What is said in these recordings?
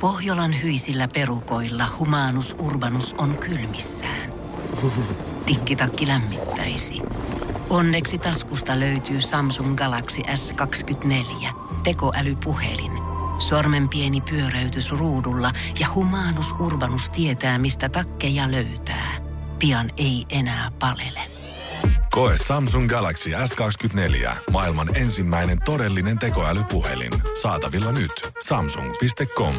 Pohjolan hyisillä perukoilla Humanus Urbanus on kylmissään. Tikkitakki lämmittäisi. Onneksi taskusta löytyy Samsung Galaxy S24. Tekoälypuhelin. Sormen pieni pyöräytys ruudulla ja Humanus Urbanus tietää, mistä takkeja löytää. Pian ei enää palele. Koe Samsung Galaxy S24. Maailman ensimmäinen todellinen tekoälypuhelin. Saatavilla nyt. Samsung.com.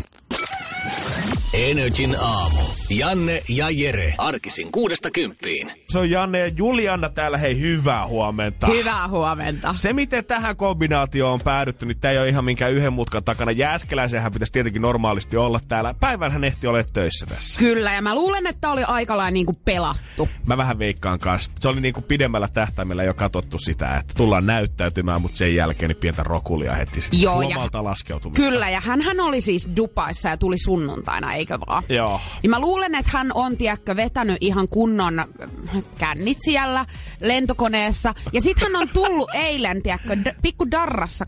Energin aamu. Janne ja Jere. Arkisin 6–10. Se on Janne ja Juliana täällä. Hei, hyvää huomenta. Hyvää huomenta. Se, miten tähän kombinaatioon on päädytty, niin tämä ei ole ihan minkään yhden mutkan takana. Jääskeläisenhän pitäisi tietenkin normaalisti olla täällä. Päivän hän ehti olla töissä tässä. Kyllä, ja mä luulen, että oli aika lailla niinku pelattu. Mä vähän veikkaan kanssa. Se oli niinku pidemmällä tähtäimellä jo katsottu sitä, että tullaan näyttäytymään, mutta sen jälkeen niin pientä rokulia heti lomalta laskeutumista. Kyllä, ja hän oli siis Dubaissa ja tuli sunnuntaina, eikö vaan? Joo. Niin mä luulen, että hän on, tiedätkö, vetänyt ihan kunnon kännit siellä lentokoneessa. Ja sit hän on tullut eilen, tiedätkö, pikku darrassa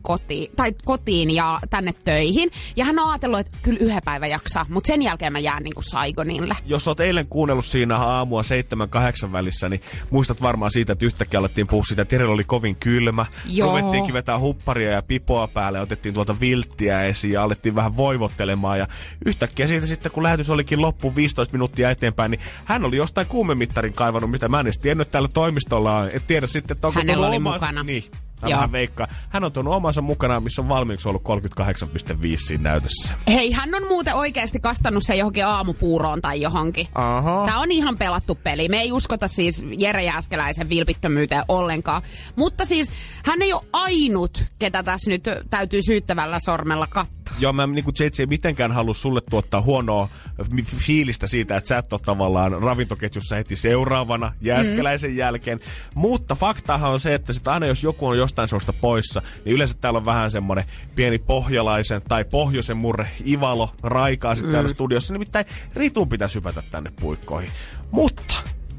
kotiin ja tänne töihin. Ja hän on ajatellut, että kyllä yhden päivän jaksaa, mutta sen jälkeen mä jään niinku Saigonille. Jos oot eilen kuunnellut siinä aamua 7-8 välissä, niin muistat varmaan siitä, että yhtäkkiä alettiin puhua siitä, että Terellä oli kovin kylmä. Joo. Ruvettiinkin vetää hupparia ja pipoa päälle, otettiin tuolta vilttiä esiin ja alettiin vähän voivottelemaan. Ja yhtäkkiä siitä sitten, kun lähetys olikin loppu 15 minuuttia eteenpäin, niin hän oli jostain kuumemittarin kaivannut, mitä mä en edes tiennyt täällä toimistolla. Et tiedä sitten, että onko hänellä oli omansa mukana. Niin. Vähän veikkaa. Hän on tuonut omansa mukana, missä on valmiiksi ollut 38,5 siinä näytössä. Hei, hän on muuten oikeasti kastannut sen johonkin aamupuuroon tai johonkin. Aha. Tää on ihan pelattu peli. Me ei uskota siis Jere Jääskeläisen vilpittömyyteen ollenkaan. Mutta siis hän ei ole ainut, ketä tässä nyt täytyy syyttävällä sormella katsoa. Joo, mä niin kuin JJ mitenkään halua sulle tuottaa huonoa fiilistä siitä, että sä et ole tavallaan ravintoketjussa heti seuraavana Jääskeläisen jälkeen. Mutta faktahan on se, että sit aina jos joku on jostain suosta poissa, niin yleensä täällä on vähän semmonen pieni pohjalaisen tai pohjoisen murre Ivalo raikaa sitten täällä studiossa. Nimittäin Ritun pitäisi hypätä tänne puikkoihin. Mutta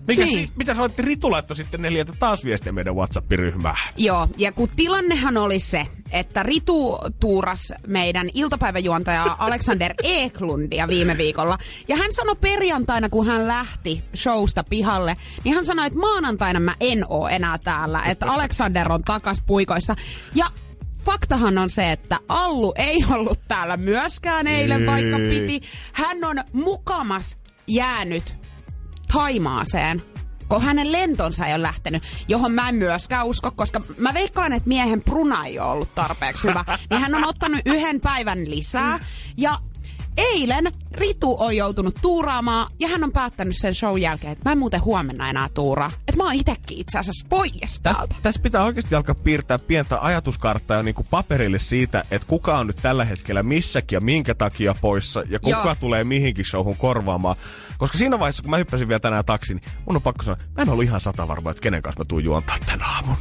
mitä sä olette Ritu laittoi sitten 4 taas viestiä meidän WhatsApp-ryhmään? Joo, ja kun tilannehan oli se, että Ritu tuuras meidän iltapäiväjuontaja Alexander Eklundia viime viikolla. Ja hän sanoi perjantaina, kun hän lähti showsta pihalle, niin hän sanoi, että maanantaina mä en oo enää täällä, että Alexander on takas puikoissa. Ja faktahan on se, että Allu ei ollut täällä myöskään eilen, vaikka piti. Hän on mukamas jäänyt Thaimaaseen, kun hänen lentonsa ei ole lähtenyt, johon mä en myöskään usko, koska mä veikkaan, että miehen pruna ei ole ollut tarpeeksi hyvä. Niin hän on ottanut 1 päivän lisää ja eilen Ritu on joutunut tuuraamaan ja hän on päättänyt sen show jälkeen, että mä en muuten huomenna enää tuuraa. Että mä oon itekin itse asiassa pois täältä. Tässä pitää oikeasti alkaa piirtää pientä ajatuskarttaa jo niinku paperille siitä, että kuka on nyt tällä hetkellä missäkin ja minkä takia poissa ja kuka tulee mihinkin showhun korvaamaan. Koska siinä vaiheessa, kun mä hyppäsin vielä tänään taksiin, niin mun on pakko sanoa, mä en ollut ihan 100 varma, että kenen kanssa mä tuun juontaa tän aamun.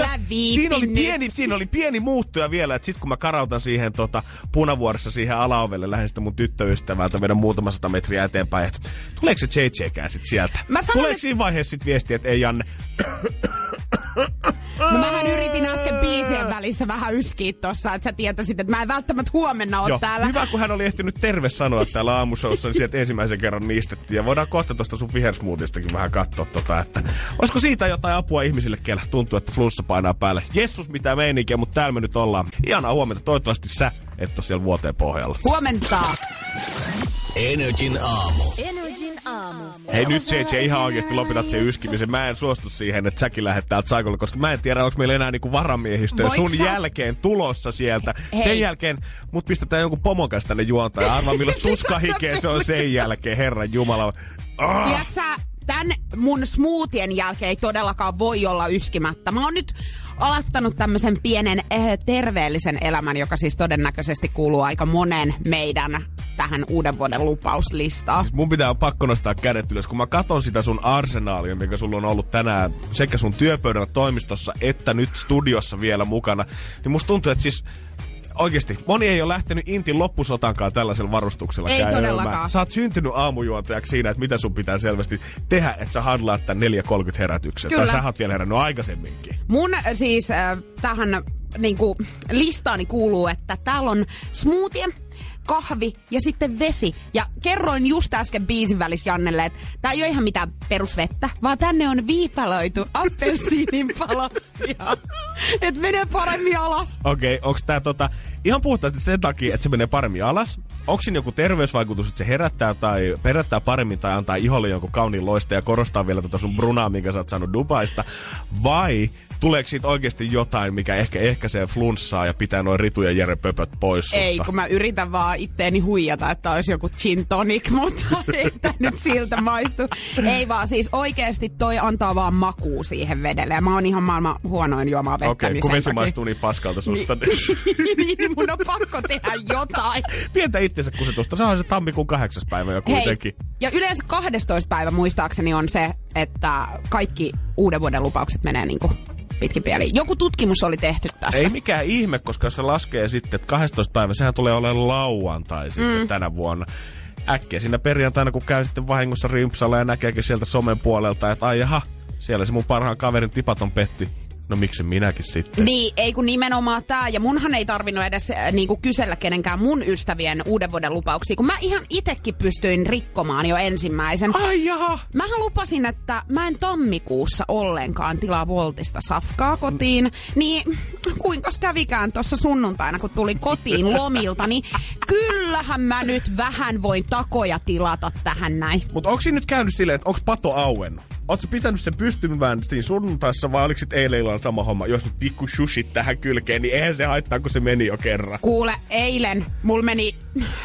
Siinä oli pieni muuttuja vielä, että sit kun mä karautan siihen Punavuoressa siihen alaovelle, lähden sitä mun tyttöystävältä, vedän muutama 100 metriä eteenpäin, että tuleeko se JJkään sit sieltä? Tuleeko siinä vaiheessa sit viestiä, että ei Janne? No mähän yritin äsken biisien välissä vähän yskiä tossa, että sä tietäisit, että mä en välttämättä huomenna ole täällä. Hyvä, kun hän oli ehtinyt terve sanoa täällä aamushowssa, niin sieltä ensimmäisen kerran niistettiin. Ja voidaan kohta tuosta sun vihersmoothistakin vähän katsoa että olisiko siitä jotain apua ihmisille, kellä tuntuu, että flunssa painaa päälle. Jessus, mitä meininkiä, mutta täällä me nyt ollaan. Ihanaa huomenta, toivottavasti sä et ole siellä vuoteen pohjalla. Huomenta! Energin aamu. Hei nyt JJ, ihan oikeesti lopetat sen yskimisen. Mä en suostu siihen, että säkin lähdet täältä Saikolle, koska mä en tiedä, onko meillä enää niinku varamiehistöä sun jälkeen tulossa sieltä. Hei. Sen jälkeen mut pistetään jonkun pomon kanssa tänne juontaan ja arvaa milloin tuskahikeä se on sen jälkeen, Herran Jumala. Tiedätkö sä, tän mun smoothien jälkeen ei todellakaan voi olla yskimättä. Mä oon nyt aloittanut tämmöisen pienen terveellisen elämän, joka siis todennäköisesti kuuluu aika monen meidän tähän uuden vuoden lupauslistaan. Siis mun pitää pakko nostaa kädet ylös, kun mä katon sitä sun arsenaalia, mikä sulla on ollut tänään sekä sun työpöydällä toimistossa että nyt studiossa vielä mukana, niin musta tuntuu, että siis oikeesti, moni ei ole lähtenyt Intin loppusotankaan tällaisella varustuksella. Ei todellakaan. Sä oot syntynyt aamujuontajaksi siinä, että mitä sun pitää selvästi tehdä, että sä handlaat tän 4.30 herätyksen. Kyllä. Tai sä oot vielä herännyt aikaisemminkin. Mun siis tähän niinku listaani kuuluu, että täällä on smoothie, kahvi ja sitten vesi. Ja kerroin just äsken biisin välissä Jannelle, että tää ei ole ihan mitään perusvettä, vaan tänne on viipaloitu appelsiininpalasia. Että menee paremmin alas. Okei, onks tää ihan puhtaasti sen takia, että se menee paremmin alas? Onko siinä joku terveysvaikutus, että se herättää tai perättää paremmin tai antaa iholle jonkun kauniin loista ja korostaa vielä sun brunaa, minkä sä oot saanut Dubaista? Vai tuleeko siitä oikeasti jotain, mikä ehkä ehkäisee flunssaa ja pitää noin Ritu ja Jere pöpöt pois susta? Ei, kun mä yritän vaan itteeni huijata, että olisi joku gin tonic, mutta ei tää nyt siltä maistu. Ei vaan, siis oikeasti toi antaa vaan makuu siihen vedelle. Ja mä oon ihan maailman huonoin juomaan vettä. Okei, kun vesi maistuu niin paskalta susta. Niin, mun on pakko tehdä jotain. Pientä itsensä kusetusta. Se on se tammikuun 8. päivä jo kuitenkin. Hei, ja yleensä 12. päivä muistaakseni on se, että kaikki uuden vuoden lupaukset menee niinku pitkin pieliin. Joku tutkimus oli tehty tästä. Ei mikään ihme, koska se laskee sitten, että 12. päivä, sehän tulee olemaan lauantai sitten tänä vuonna. Äkkiä siinä perjantaina, kun käy sitten vahingossa rimpsalla ja näkeekin sieltä somen puolelta, että ai jaha, siellä se mun parhaan kaverin tipaton petti. No miksi minäkin sitten? Niin, ei kun nimenomaan tää. Ja munhan ei tarvinnut edes niinku kysellä kenenkään mun ystävien uuden vuoden lupauksia, kun mä ihan itekin pystyin rikkomaan jo ensimmäisen. Ai jaha! Mähän lupasin, että mä en tammikuussa ollenkaan tilaa Woltista safkaa kotiin. Niin kuinkas kävikään tuossa sunnuntaina, kun tuli kotiin lomilta, niin kyllähän mä nyt vähän voin takoja tilata tähän näin. Mutta onko siinä nyt käynyt silleen, että onko pato auennut? Ootko pitänyt sen pystymään siinä sunnuntaissa vai oliko sit eilen illalla sama homma? Jos nyt pikku shushit tähän kylkeen, niin eihän se haittaa, kun se meni jo kerran. Kuule, eilen mulla meni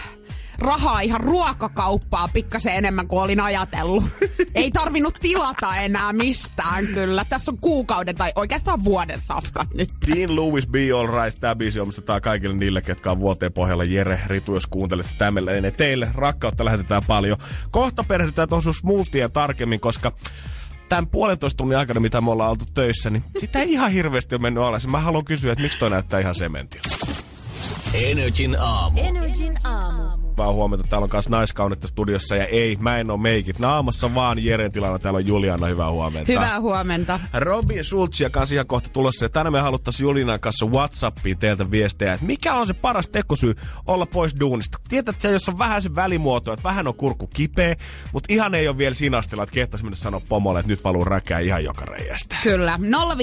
rahaa ihan ruokakauppaa pikkasen enemmän kuin olin ajatellut. Ei tarvinnut tilata enää mistään kyllä. Tässä on kuukauden tai oikeastaan vuoden safkat nyt. Dean Lewis, Be All Right. Tää biisi omistetaan kaikille niille, ketkä on vuoteen pohjalla. Jere, Ritu, jos kuuntelet tämmöinen teille. Rakkautta lähetetään paljon. Kohta perehdytään tuohon smoothien tarkemmin, koska tämän 1,5 tunnin aikana, mitä me ollaan oltu töissä, niin sitä ei ihan hirveästi ole mennyt alas. Mä haluan kysyä, että miksi toi näyttää ihan sementiltä. Energin aamu. Vaan huomenta, täällä on kanssa naiskaunetta studiossa ja ei, mä en oo meikit naamassa, vaan Jeren tilana. Täällä on Juliana, hyvää huomenta. Hyvää huomenta. Robin Schultzia kanssa ihan kohta tulossa ja tänään me haluttaisiin Julianan kanssa WhatsAppiin teiltä viestejä, että mikä on se paras tekosyy olla pois duunista. Tiedät, että se jos on vähän se välimuoto, että vähän on kurkku kipeä, mutta ihan ei ole vielä siinä astilla, että kehtaisi mennä sanoa pomolle, että nyt valuu räkää ihan joka reiästä. Kyllä,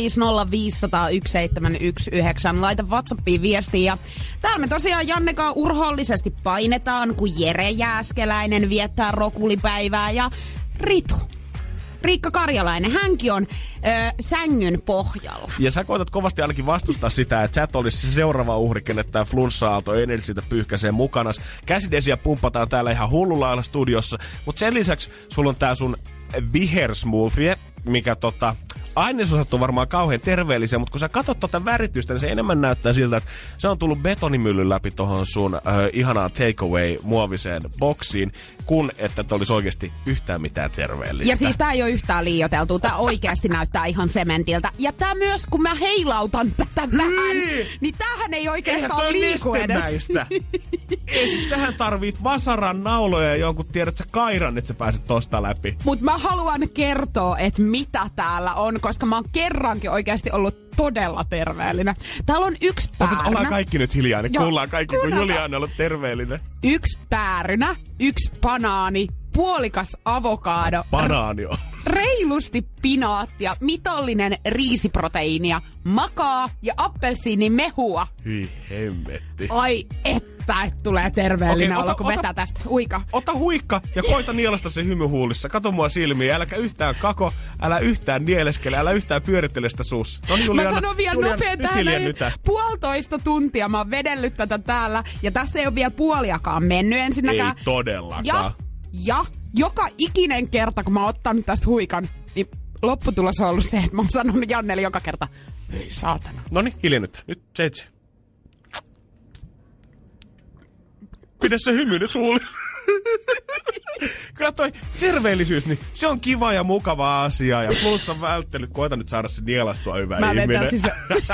050501719, laita WhatsAppiin viestiä ja täällä me tosiaan Jannekaan urhoollisesti painetaan, kun Jere Jääskeläinen viettää rokulipäivää ja Ritu. Riikka Karjalainen, hänkin on sängyn pohjalla. Ja sä koetat kovasti ainakin vastustaa sitä, että sä et olisi se seuraava uhri, kenet tää flunssa-aalto Energyltä pyyhkäisee mukanas. Käsidesiä pumpataan täällä ihan hullulailla studiossa, mutta sen lisäksi sulla on tää sun vihersmoothie, mikä ainesosat on varmaan kauhean terveellisiä, mutta kun sä katsot väritystä, niin se enemmän näyttää siltä, että se on tullut betonimyllyn läpi tohon sun ihanaan takeaway muoviseen boksiin, kun että olisi oikeasti yhtään mitään terveellistä. Ja siis tää ei ole yhtään liioiteltu, tää oikeasti näyttää ihan sementiltä. Ja tää myös, kun mä heilautan tätä vähän, niin tämähän ei oikeastaan liiku edes. Ei siis tähän tarvit vasaran nauloja ja jonkun tiedät sä kairan, että sä pääset tosta läpi. Mut mä haluan kertoa, että mitä täällä on, koska mä oon kerrankin oikeasti ollut todella terveellinen. Täällä on yksi päärynä. Ollaan kaikki nyt hiljaa, niin kuullaan kaikki, kun Juliana on ollut terveellinen. Yksi päärynä, yksi banaani, puolikas avokaado. Banaani on. Reilusti pinaattia, mitollinen riisiproteiinia, makaa ja appelsiinimehua. Hyi hemmetti. Ai että tulee terveellinen olo, kun vetää tästä. Huika. Ota huikka ja koita nielasta se hymy huulissa. Kato mua silmiin, äläkä yhtään kako, älä yhtään nieleskele, älä yhtään pyörittele sitä suussa. No niin, Juliana, mä sanon vielä nopein tähän. 1,5 tuntia mä oon vedellyt tätä täällä ja tästä ei ole vielä puoliakaan mennyt ensinnäkään. Ei todellakaan. Ja joka ikinen kerta, kun mä oon ottanut tästä huikan, niin lopputulos on ollut se, että mä oon sanonut Jannelle joka kerta, ei saatana. Noniin, hiljennyttä. Nyt 7. Pidä se hymy nyt huuli. Kyllä toi terveellisyys, niin se on kiva ja mukava asia. Ja plussan välttely, koeta nyt saada se nielastua hyvä ihminen. Mä siis...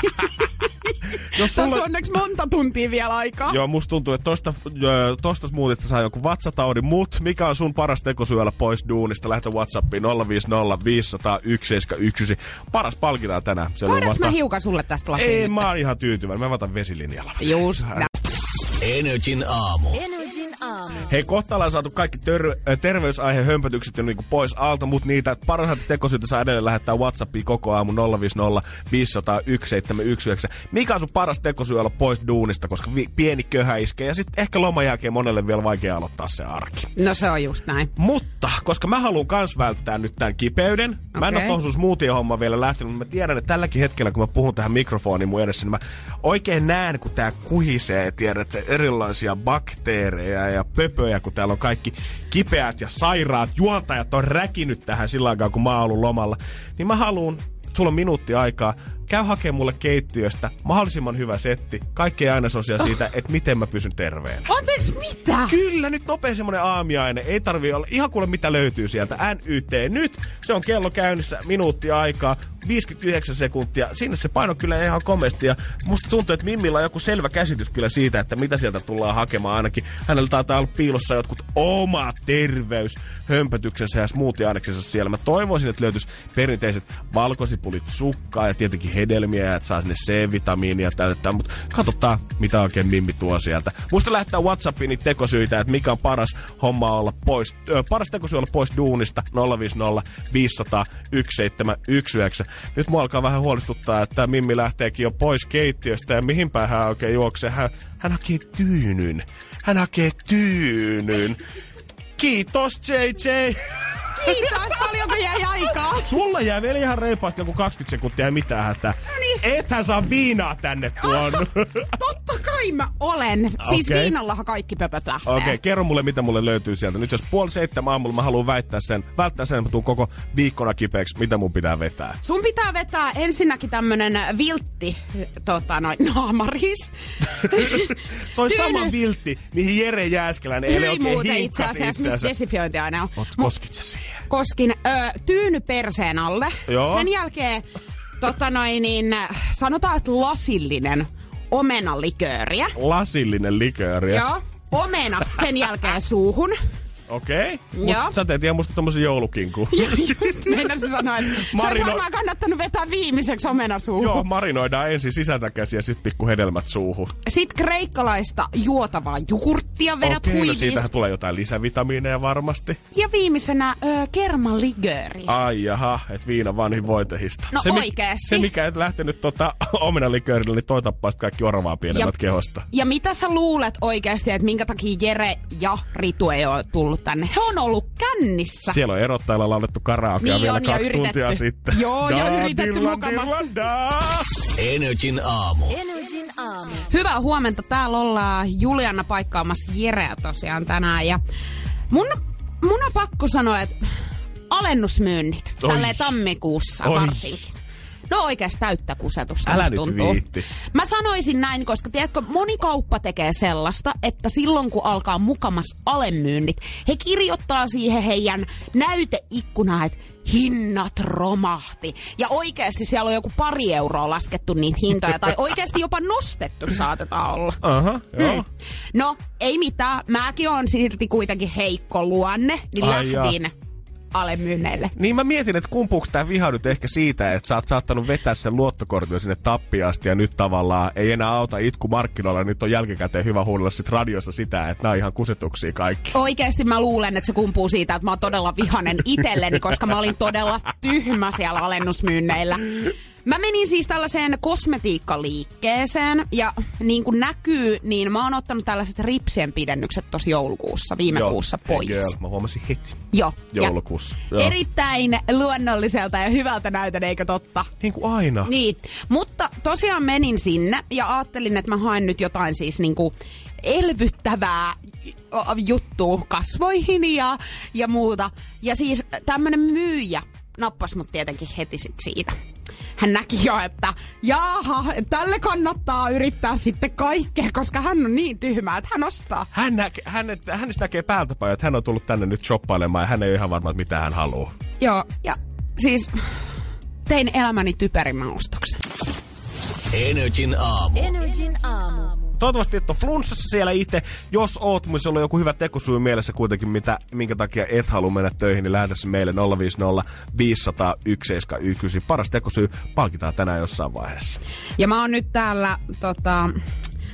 Tässä on onneksi monta tuntia vielä aikaa. Joo, musta tuntuu, että tosta smoothista saa jonkun vatsataudin, mut mikä on sun paras tekosyöllä pois duunista? Lähetä WhatsAppiin 050501719. Paras palkitaan tänään. Kohdaks mä hiukan sulle tästä lasin? Ei, mä oon ihan tyytyväinen. Mä otan vesilinjalla. Just Energin aamu. Hei, kohta ollaan saatu kaikki terveysaiheen hömpötykset jo niinku pois alta, mutta niitä parhaita tekosyitä saa edelleen lähettää WhatsAppiin koko aamu 050 500 1719. Mikä on sun paras tekosyy olla pois duunista, koska pieni köhä iskee ja sitten ehkä loman jälkeen monelle vielä vaikea aloittaa se arki. No se on just näin. Mutta, koska mä haluan kans välttää nyt tämän kipeyden, mä en ole tohon sun smoothie-hommaan vielä lähtenyt, mutta mä tiedän, että tälläkin hetkellä, kun mä puhun tähän mikrofoniin mun edessä, niin mä oikein näen, kun tää kuhisee ja tiedät, se erilaisia bakteereja ja pöpöjä, kun täällä on kaikki kipeät ja sairaat juontajat on räkinyt tähän sillä aikaa, kun mä oon ollut lomalla. Niin mä haluun, sulla on minuutti aikaa, käy hakemaan mulle keittiöstä mahdollisimman hyvä setti. Kaikki aina sosia siitä, että miten mä pysyn terveenä. Anteeksi, mitä? Kyllä, nyt nopea semmonen aamiainen. Ei tarvii olla. Ihan kuule mitä löytyy sieltä. NYT nyt. Se on kello käynnissä, minuutti aikaa, 59 sekuntia. Sinne se paino kyllä ihan komeasti. Ja musta tuntuu, että Mimmillä on joku selvä käsitys kyllä siitä, että mitä sieltä tullaan hakemaan ainakin. Hänellä taitaa olla piilossa jotkut oma terveyshömpötyksensä ja smoothie-aineksensa siellä. Mä toivoisin, että löytyisi perinteiset valkosipulit, sukkaa ja tietenkin hedelmiä ja että saa sinne C-vitamiinia täytetään, mutta katsotaan, mitä oikein Mimmi tuo sieltä. Muista lähettää WhatsAppiin niitä tekosyitä, että mikä on paras homma olla pois, paras tekosyy olla pois duunista 050 500 1719. Nyt mua alkaa vähän huolestuttaa, että Mimmi lähteekin jo pois keittiöstä ja mihin päin hän oikein juoksee. Hän hakee tyynyn. Hän hakee tyynyn. Kiitos, JJ! Kiitos, paljonko jäi aikaa? Sulla jää vielä ihan reipaasti joku 20 sekuntia ja mitään hätää. Noniin. Ethän saa viinaa tänne tuonut. Totta kai mä olen. Siis viinallahan kaikki pöpöt lähtee. Okei, kerro mulle, mitä mulle löytyy sieltä. Nyt jos 6:30 aamulla mä haluan välttää sen, että mä tuun koko viikkona kipeäksi, mitä mun pitää vetää? Sun pitää vetää ensinnäkin tämmönen viltti, naamaris. Toi sama viltti, mihin Jere Jääskeläinen eilen oikein itse asiassa, missä desifiointiaine on. Koskit sä siihen? Koskin tyyny perseen alle. Joo. Sen jälkeen, sanotaan, että lasillinen omenalikööriä. Lasillinen likööriä? Joo. Omena sen jälkeen suuhun. Okei. Mutta sä teet ihan musta tommosen joulukinkun. Just meinasin sanoa, että se olisi varmaan kannattanut vetää viimeiseksi omena suuhun. Joo, marinoidaan ensin sisältä käsiä ja sit pikku hedelmät suuhun. Sitten kreikkalaista juotavaa jogurttia vedät huiviin. No siitähän tulee jotain lisävitamiineja varmasti. Ja viimeisenä kermalikööri. Ai jaha, et viina vanhin voitehista. No oikeesti. Se mikä et lähtenyt omenaliköörille, niin toi tappaa kaikki orvaa pienemmät kehosta. Ja mitä sä luulet oikeesti, että minkä takia Jere ja Ritu ei ole tullut tänne? He on ollut kännissä. Siellä on erottajilla laulettu karaokea niin vielä on, 2 tuntia sitten. Joo, ja yritetty mukamassa. Energin aamu. Hyvää huomenta. Täällä ollaan Juliana paikkaamassa Jereä tosiaan tänään. Ja mun on pakko sanoa, että alennusmyynnit. Tälleen tammikuussa varsinkin. No oikeasti täyttä kusetusta. Älä nyt tuntuu. viitti. Mä sanoisin näin, koska tiedätkö, moni kauppa tekee sellaista, että silloin kun alkaa mukamas alemyynnit, he kirjoittaa siihen heidän näyteikkunaan, että hinnat romahti. Ja oikeasti siellä on joku 2 euroa laskettu niitä hintoja, tai oikeasti jopa nostettu saatetaan olla. Joo. No, ei mitään. Mäkin on silti kuitenkin heikko luonne, niin lähdin alemyynneille. Niin mä mietin, että kumpuuko tää viha nyt ehkä siitä, että sä oot saattanut vetää sen luottokortin sinne tappiasti ja nyt tavallaan ei enää auta itku markkinoilla. Nyt on jälkikäteen hyvä huudella sit radiossa sitä, että nää on ihan kusetuksia kaikki. Oikeesti mä luulen, että se kumpuu siitä, että mä oon todella vihanen itselleni, koska mä olin todella tyhmä siellä alennusmyynneillä. Mä menin siis tällaiseen kosmetiikkaliikkeeseen ja niin kuin näkyy, niin mä oon ottanut tällaiset ripsien pidennykset tossa joulukuussa, viime kuussa pois. Girl, mä huomasin heti. Joo. Joulukuussa. Joo. Erittäin luonnolliselta ja hyvältä näytän, eikö totta? Niin kuin aina. Niin, mutta tosiaan menin sinne ja ajattelin, että mä haen nyt jotain siis niinku elvyttävää juttua kasvoihin ja muuta. Ja siis tämmönen myyjä nappasi mut tietenkin heti sit siitä. Hän näki jo, että jaaha, tälle kannattaa yrittää sitten kaikkea, koska hän on niin tyhmä, että hän ostaa. Hänestä näkee päältä päin, että hän on tullut tänne nyt shoppailemaan ja hän ei ole ihan varma, mitä hän haluaa. Joo, ja siis tein elämäni typerimmän ostoksen. Energin aamu. Toivottavasti et ole flunssassa siellä itse. Jos oot, mutta sulla on joku hyvä tekosyy mielessä kuitenkin, minkä takia et halua mennä töihin, niin lähetä se meille 050 500 1719. Paras tekosyy palkitaan tänään jossain vaiheessa. Ja mä oon nyt täällä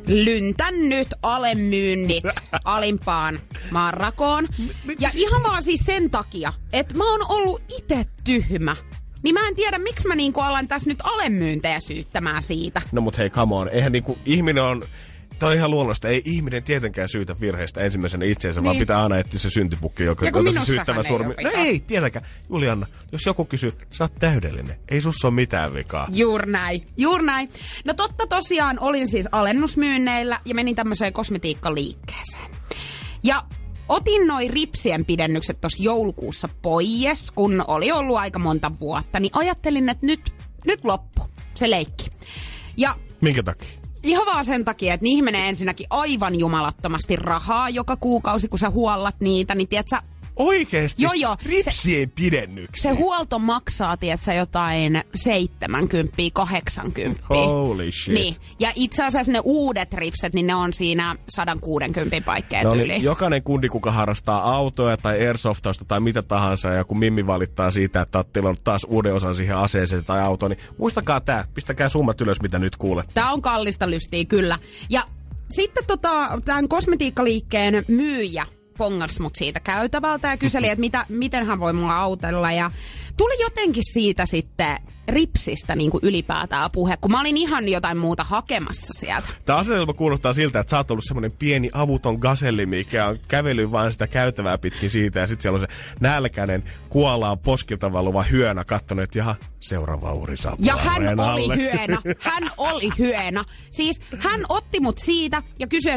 Lyntän nyt alemyynnit alimpaan marrakoon. Ja ihan vaan siis sen takia, että mä oon ollut itse tyhmä. Niin mä en tiedä, miksi mä niinku alan tässä nyt alemyyntejä syyttämään siitä. No mut hei, come on. Eihän niinku ihminen on... Toi on ihan luonnollista. Ei ihminen tietenkään syytä virheistä ensimmäisenä itseensä, niin. Vaan pitää aina etsiä se syntipukki, joka se syyttävä sormi. No ei, tietenkään. Julianna, jos joku kysyy, sä oot täydellinen. Ei sussa ole mitään vikaa. Juuri näin. No totta tosiaan olin siis alennusmyynneillä ja menin tämmöiseen kosmetiikkaliikkeeseen. Ja otin noi ripsien pidennykset tossa joulukuussa pois, kun oli ollut aika monta vuotta, niin ajattelin, että nyt loppu se leikki. Ja minkä takia? Ihan vaan sen takia, että niihin menee ensinnäkin aivan jumalattomasti rahaa joka kuukausi, kun sä huollat niitä, niin tiedät sä... Oikeesti? Joo. Ripsien pidennyksiä. Se huolto maksaa, tiedät sä, jotain 70, 80. Holy shit. Niin. Ja itse asiassa ne uudet ripset, niin ne on siinä 160 paikkeet no yli. Niin, jokainen kundi, kuka harrastaa autoja tai airsoftausta tai mitä tahansa, ja kun Mimmi valittaa siitä, että oot tilannut taas uuden osan siihen aseeseen tai autoon, niin muistakaa tää. Pistäkää summat ylös, mitä nyt kuulet. Tää on kallista lystiä, kyllä. Ja sitten tämän kosmetiikkaliikkeen myyjä pongasi mut siitä käytävältä ja kyseli, että miten hän voi mulla autella. Ja tuli jotenkin siitä sitten ripsistä niin kuin ylipäätään puhe, kun mä olin ihan jotain muuta hakemassa sieltä. Tämä asetelma kuulostaa siltä, että sä oot ollut semmoinen pieni avuton gaselli, mikä on kävellyt vaan sitä käytävää pitkin siitä. Ja sitten siellä on se nälkäinen, kuollaan poskilta valuva hyönä kattonut, että jaha, seuraava uhri saapuu. Ja hän oli hyönä. Siis hän otti mut siitä ja kysyi,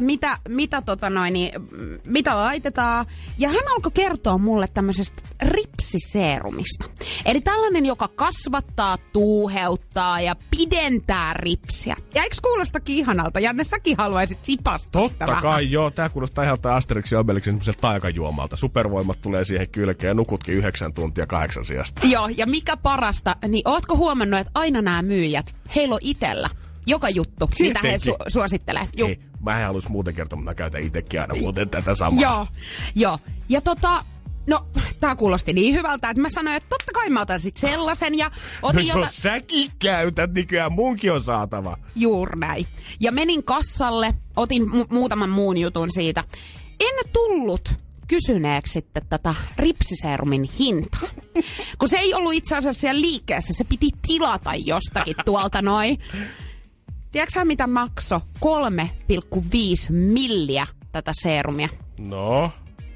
mitä laitetaan. Ja hän alkoi kertoa mulle tämmöisestä ripsiseerumista. Eli tällainen, joka kasvattaa, tuuheuttaa ja pidentää ripsiä. Ja eikö kuulostakin ihanalta? Janne, säkin haluaisit sipasta totta kai, vähän. Joo. Tää kuulostaa ihan Asterixin ja Obelixin semmoiselta taikajuomalta. Supervoimat tulee siihen kylkeen ja nukutkin 9 tuntia 8 sijasta. Joo, ja mikä parasta, niin ootko huomannut, että aina nämä myyjät, heillä on itellä joka juttu, mitä he suosittelee. Ei, mä en halus muuten kertoa, mutta mä käytän itsekin aina muuten tätä samaa. Joo. Ja no, tää kuulosti niin hyvältä, että mä sanoin, että totta kai mä otan sit sellaisen ja otin jos säkin käytät, niin kyllä munkin on saatava. Juuri näin. Ja menin kassalle, otin muutaman muun jutun siitä. En tullut kysyneeksi sitten tätä ripsiseerumin hintaa. Kun se ei ollut itse asiassa siellä liikkeessä, se piti tilata jostakin tuolta noin. Tiedätkö mitä makso? 3,5 milliä tätä seerumia. No?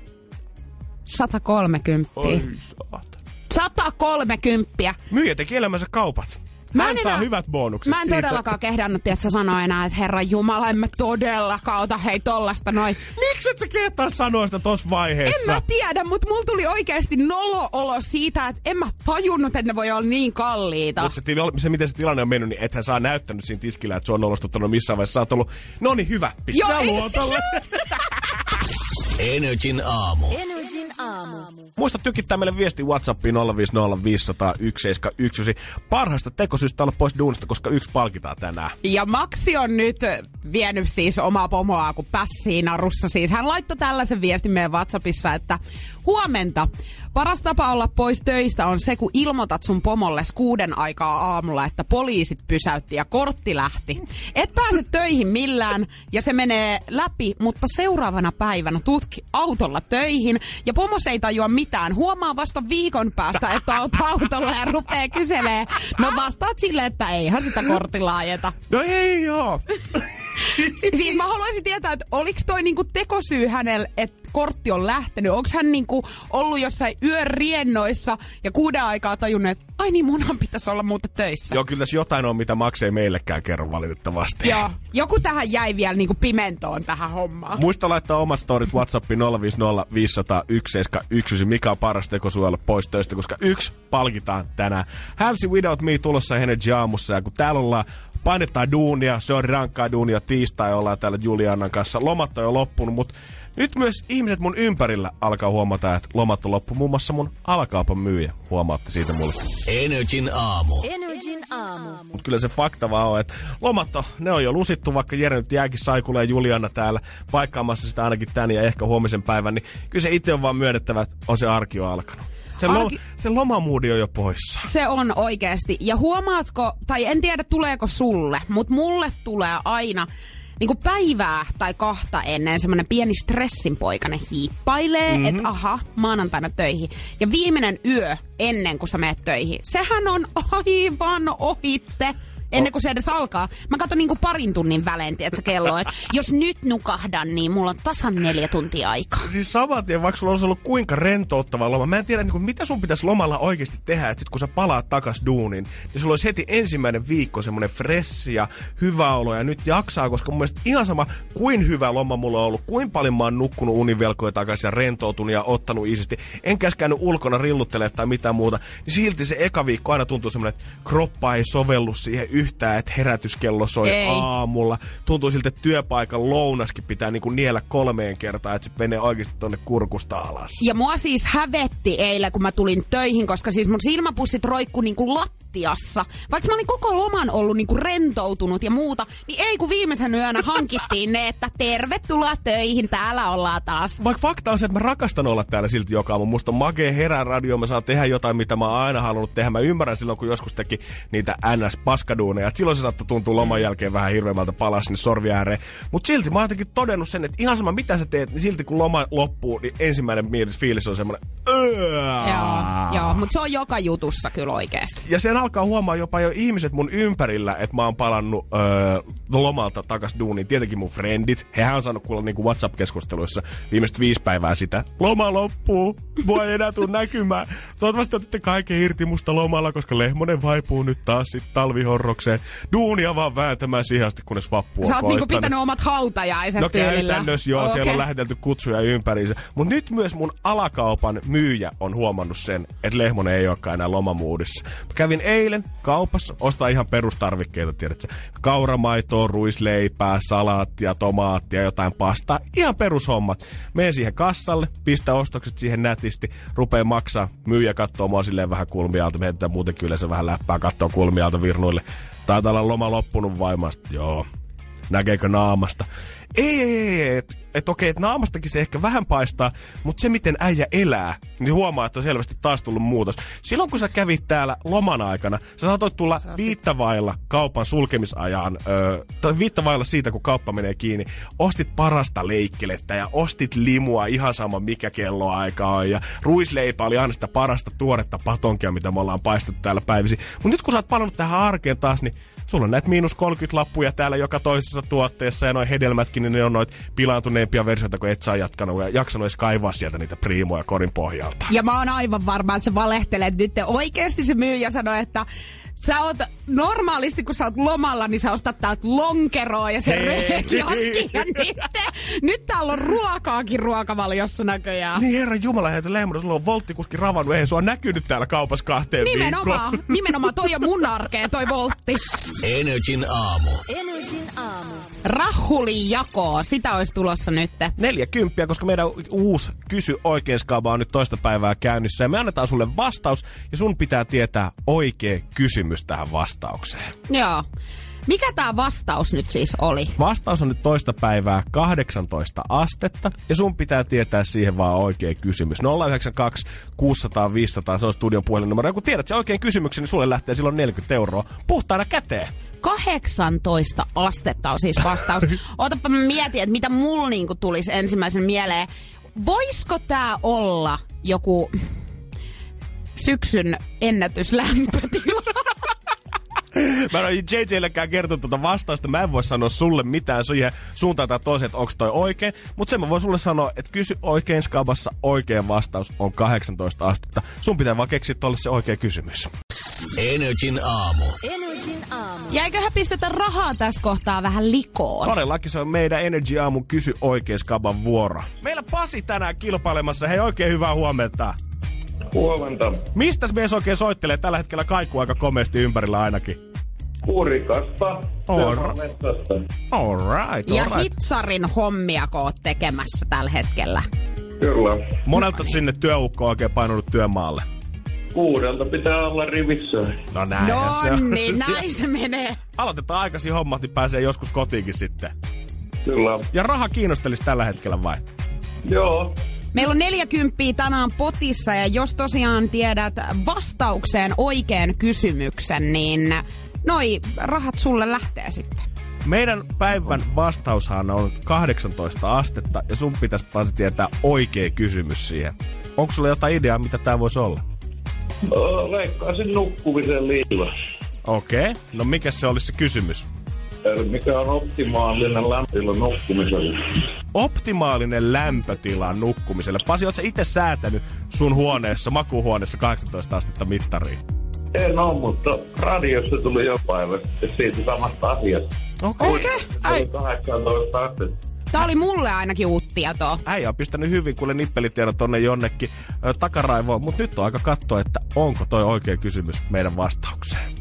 130. Oi saata. 130. Myyjä teki elämänsä kaupat. Hän saa hyvät bonukset. Mä en todellakaan kehdannut, että sanoa enää, että Herran Jumala, en mä todellakaan ota hei tollasta noin. Miksi et sä kehtaa sanoa sitä tossa vaiheessa? En mä tiedä, mutta mulla tuli oikeasti nolo-olo siitä, että en mä tajunnut, että ne voi olla niin kalliita. Mutta miten se tilanne on mennyt, niin ethän sä näyttänyt siinä tiskillä, että sua on nolostuttanut missään vaiheessa. Sä oot ollut, no niin hyvä, pistää luotolle. Energin aamu. Muista tykittää meille viesti WhatsAppiin 050501719. Parhaista tekosyistä olla pois duunista, koska 1 palkitaan tänään. Ja Maxi on nyt vienyt siis omaa pomoa, kun pässii narussa. Siis hän laittoi tällaisen viestin meidän WhatsAppissa, että huomenta. Paras tapa olla pois töistä on se, kun ilmoitat sun pomolle 6 aikaa aamulla, että poliisit pysäytti ja kortti lähti. Et pääse töihin millään ja se menee läpi, mutta seuraavana päivänä tutki autolla töihin ja pomos ei tajua mitään. Huomaa vasta viikon päästä, että oot autolla ja rupee kyselee. No vastaat silleen, että eihän sitä kortilla ajeta. No ei joo. Siis mä haluaisin tietää, että oliko toi niinku tekosyy hänellä, että kortti on lähtenyt? Onko hän niinku ollut jossain yön riennoissa ja 6 aikaa tajunnut, että ai niin, munhan pitäisi olla muuten töissä? Joo, kyllä tässä jotain on, mitä Max ei meillekään kerro valitettavasti. Joo, joku tähän jäi vielä niinku pimentoon tähän hommaan. Muista laittaa omat storit WhatsAppiin 050501719, mikä on paras tekosyy olla pois töistä, koska 1 palkitaan tänään. Halsey Without Me tulossa Energy aamussa, ja kun täällä ollaan painetaan duunia, se on rankkaa duunia, tiistai ollaan täällä Juliannan kanssa. Lomat on jo loppunut, mutta nyt myös ihmiset mun ympärillä alkaa huomata, että lomat on loppu. Muun muassa mun alakaupan myyjä huomaatte siitä mulle. Energin aamu. Mutta kyllä se fakta vaan on, että lomat ne on jo lusittu, vaikka Jere nyt jääkin Saikulle ja Julianna täällä paikkaamassa sitä ainakin tän ja ehkä huomisen päivän, niin kyllä se itse on vaan myönnettävä, että on se arki on alkanut. Se lomamuudi on jo poissa. Se on oikeasti. Ja huomaatko, tai en tiedä tuleeko sulle, mutta mulle tulee aina niinku päivää tai kahta ennen semmoinen pieni stressinpoikainen hiippailee, että aha, maanantaina töihin. Ja viimeinen yö ennen kuin sä meet töihin, sehän on aivan ohitte. Ennen kuin se edes alkaa. Mä katson niinku parin tunnin välein, tiedätkö, kelloa, että jos nyt nukahdan, niin mulla on tasan 4 tuntia aikaa. Siis saman tien, vaikka sulla olisi ollut kuinka rentouttava loma. Mä en tiedä, niinku, mitä sun pitäisi lomalla oikeasti tehdä, että sit kun sä palaat takas duuniin, niin sulla olisi heti ensimmäinen viikko semmonen fressi ja hyvä olo ja nyt jaksaa, koska mun mielestä ihan sama kuin hyvä loma mulla on ollut, kuin paljon mä oon nukkunut univelkoja takaisin ja rentoutunut ja ottanut iisisti. Enkä käynyt ulkona rilluttelemaan tai mitään muuta, niin silti se eka viikko aina tuntuu semmonen, että kroppa ei sovellu siihen yhtään, että herätyskello soi aamulla. Tuntuu siltä, että työpaikan lounaskin pitää niinku niellä 3 kertaa, että se menee oikeasti tonne kurkusta alas. Ja mua siis hävetti eilen, kun mä tulin töihin, koska siis mun silmäpussit roikkuu niinku lattiassa. Vaikka mä olin koko loman ollut niinku rentoutunut ja muuta, niin ei kun viimeisen yönä hankittiin ne, että tervetuloa töihin, täällä ollaan taas. Vaikka fakta on se, että mä rakastan olla täällä silti joka aamu. Musta on makea herää radio, mä saan tehdä jotain, mitä mä oon aina halunnut tehdä. Mä ymmärrän silloin, kun joskus teki niitä NS-paskaduuneja. Et silloin se saattoi tuntua loman jälkeen vähän hirveämmältä palaa sinne sorvi ääreen. Mut silti mä oon jotenkin todennut sen, että ihan sama mitä sä teet, niin silti kun loma loppuu, niin ensimmäinen fiilis on semmonen Joo, mutta se on joka jutussa kyllä oikeesti. Ja sen alkaa huomaa jopa jo ihmiset mun ympärillä, että mä oon palannut lomalta takas duuniin. Tietenkin mun friendit, hehän on saanut kuulla niinku WhatsApp-keskusteluissa viimeiset 5 päivää sitä. Loma loppuu, mua ei enää tuu näkymään. Toivottavasti otitte kaiken irti musta lomalla, koska Lehmonen vaipuu nyt taas sit talvihorrokseen. Duunia vaan vääntämään siihen asti, kunnes vappu on Sä oot niinku pitänyt omat hautajaiset no tyylillä. Käytännössä joo, siellä on lähetelty kutsuja ympäriinsä. Mut nyt myös mun alakaupan myyjä on huomannut sen, että Lehmonen ei olekaan enää lomamuudissa. Mä kävin eilen kaupassa, ostaa ihan perustarvikkeita, tiedätkö? Kauramaitoa, ruisleipää, salaattia, tomaattia, jotain pastaa. Ihan perushommat. Menen siihen kassalle, pistä ostokset siihen nätisti, rupee maksaa. Myyjä kattoo mua silleen vähän kulmialta. Me heitetään muutenkin yleensä vähän läppää, kattoo kulmialta virnuille. Taitaa olla loma loppunut vaimasta. Joo. Näkeekö naamasta? Ei, että okei, että naamastakin se ehkä vähän paistaa, mutta se miten äijä elää, niin huomaa, että on selvästi taas tullut muutos. Silloin kun sä kävit täällä loman aikana, sä saatoit tulla viittavailla kaupan sulkemisajan, tai viittavailla siitä, kun kauppa menee kiinni, ostit parasta leikkelettä ja ostit limua ihan sama mikä kelloaika on, ja ruisleipä oli aina sitä parasta tuoretta patonkia, mitä me ollaan paistettu täällä päivisin. Mutta nyt kun sä oot palannut tähän arkeen taas, niin sulla on näitä -30 lappuja täällä joka toisessa tuotteessa, ja noi hedelmätkin, niin ne on noita pilaantuneempia versioita, kun et saa jaksanut edes kaivaa sieltä niitä priimoja korin pohjalta. Ja mä oon aivan varma, että sä valehtelet nyt. Oikeesti se myyjä sanoi, että sä oot normaalisti, kun sä oot lomalla, niin sä ostat täältä lonkeroa ja se röökiaski. Ja nyt täällä on ruokaakin ruokavaliossa näköjään. Niin herran jumala, heitä Lehmonen, sulla on volttikuski ravannut. Ei, sua on näkynyt täällä kaupassa 2 viikkoon. Nimenomaan, toi on mun arkeen, toi voltti. Energin aamu. Rahulin jakoa, sitä olisi tulossa nyt. 40, koska meidän uusi Kysy oikein -skaaba on nyt toista päivää käynnissä. Ja me annetaan sulle vastaus, ja sun pitää tietää oikea kysymys tähän vastaukseen. Joo. Mikä tää vastaus nyt siis oli? Vastaus on nyt toista päivää 18 astetta, ja sun pitää tietää siihen vaan oikea kysymys. 092 600 500, se on studion puhelinnumero. Ja kun tiedät sen oikein kysymyksen, niin sulle lähtee silloin 40 € puhtaana käteen. 18 astetta on siis vastaus. Ootapa mä mietin, että mitä mulla niinku tulisi ensimmäisen mieleen. Voisiko tää olla joku syksyn ennätyslämpötila? Mä en ole JJ:llekään kertonut tuota vastausta. Mä en voi sanoa sulle mitään siihen suuntaan tai toiseen, että onko toi oikein. Mutta sen mä voin sulle sanoa, että Kysy oikein -skaabassa oikein vastaus on 18 astetta. Sun pitää vaan keksiä tolle se oikea kysymys. Energin aamu. Ja eiköhän pistetä rahaa tässä kohtaa vähän likoon. Todellakin se on meidän Energy aamun Kysy oikein -skaaban vuoro. Meillä Pasi tänään kilpailemassa. Hei, oikein hyvää huomenta. Huomenta. Mistäs mies oikein soittelee? Tällä hetkellä kaikuu aika komeasti ympärillä ainakin. Kurikasta. All right. Ja hitsarin hommia kun oot tekemässä tällä hetkellä. Kyllä. Monelta sinne työukko on oikein painunut työmaalle? 6 pitää olla rivissä. No näin se on. Niin, näin se menee. Aloitetaan aikaisin hommat, niin pääsee joskus kotiinkin sitten. Kyllä. Ja raha kiinnostelisi tällä hetkellä vai? Joo. Meillä on 40 tänään potissa, ja jos tosiaan tiedät vastaukseen oikean kysymyksen, niin noi rahat sulle lähtee sitten. Meidän päivän vastaushan on 18 astetta ja sun pitäisi Pasi tietää oikea kysymys siihen. Onko sulla jotain ideaa, mitä tää voisi olla? Leikkaisin nukkumisen liiva. Okei. No mikä se olisi se kysymys? Mikä on optimaalinen lämpötila nukkumiselle? Optimaalinen lämpötila nukkumiselle. Pasi, ootko sä itse säätänyt sun huoneessa, makuuhuoneessa 18 astetta mittariin? En oo, mutta radiossa tuli jo päivä siitä samasta asiasta. Okei. 18 astetta. Tää oli mulle ainakin uutta tietoa. Äijä on pistänyt hyvin kuule nippelitiedon tonne jonnekin takaraivoon, mutta nyt on aika katsoa, että onko toi oikea kysymys meidän vastaukseen.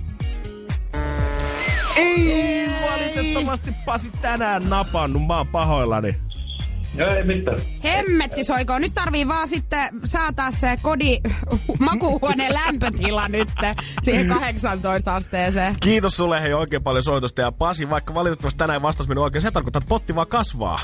Ei valitettavasti Pasi tänään napannut, mä oon pahoillani. Ei mitään. Hemmetti soikoon. Nyt tarvii vaan sitten säätää se makuuhuoneen lämpötila nyt siihen 18 asteeseen. Kiitos sulle hei oikein paljon soitosta ja Pasi, vaikka valitettavasti tänään vastaus meni oikein, se tarkoittaa, että potti vaan kasvaa.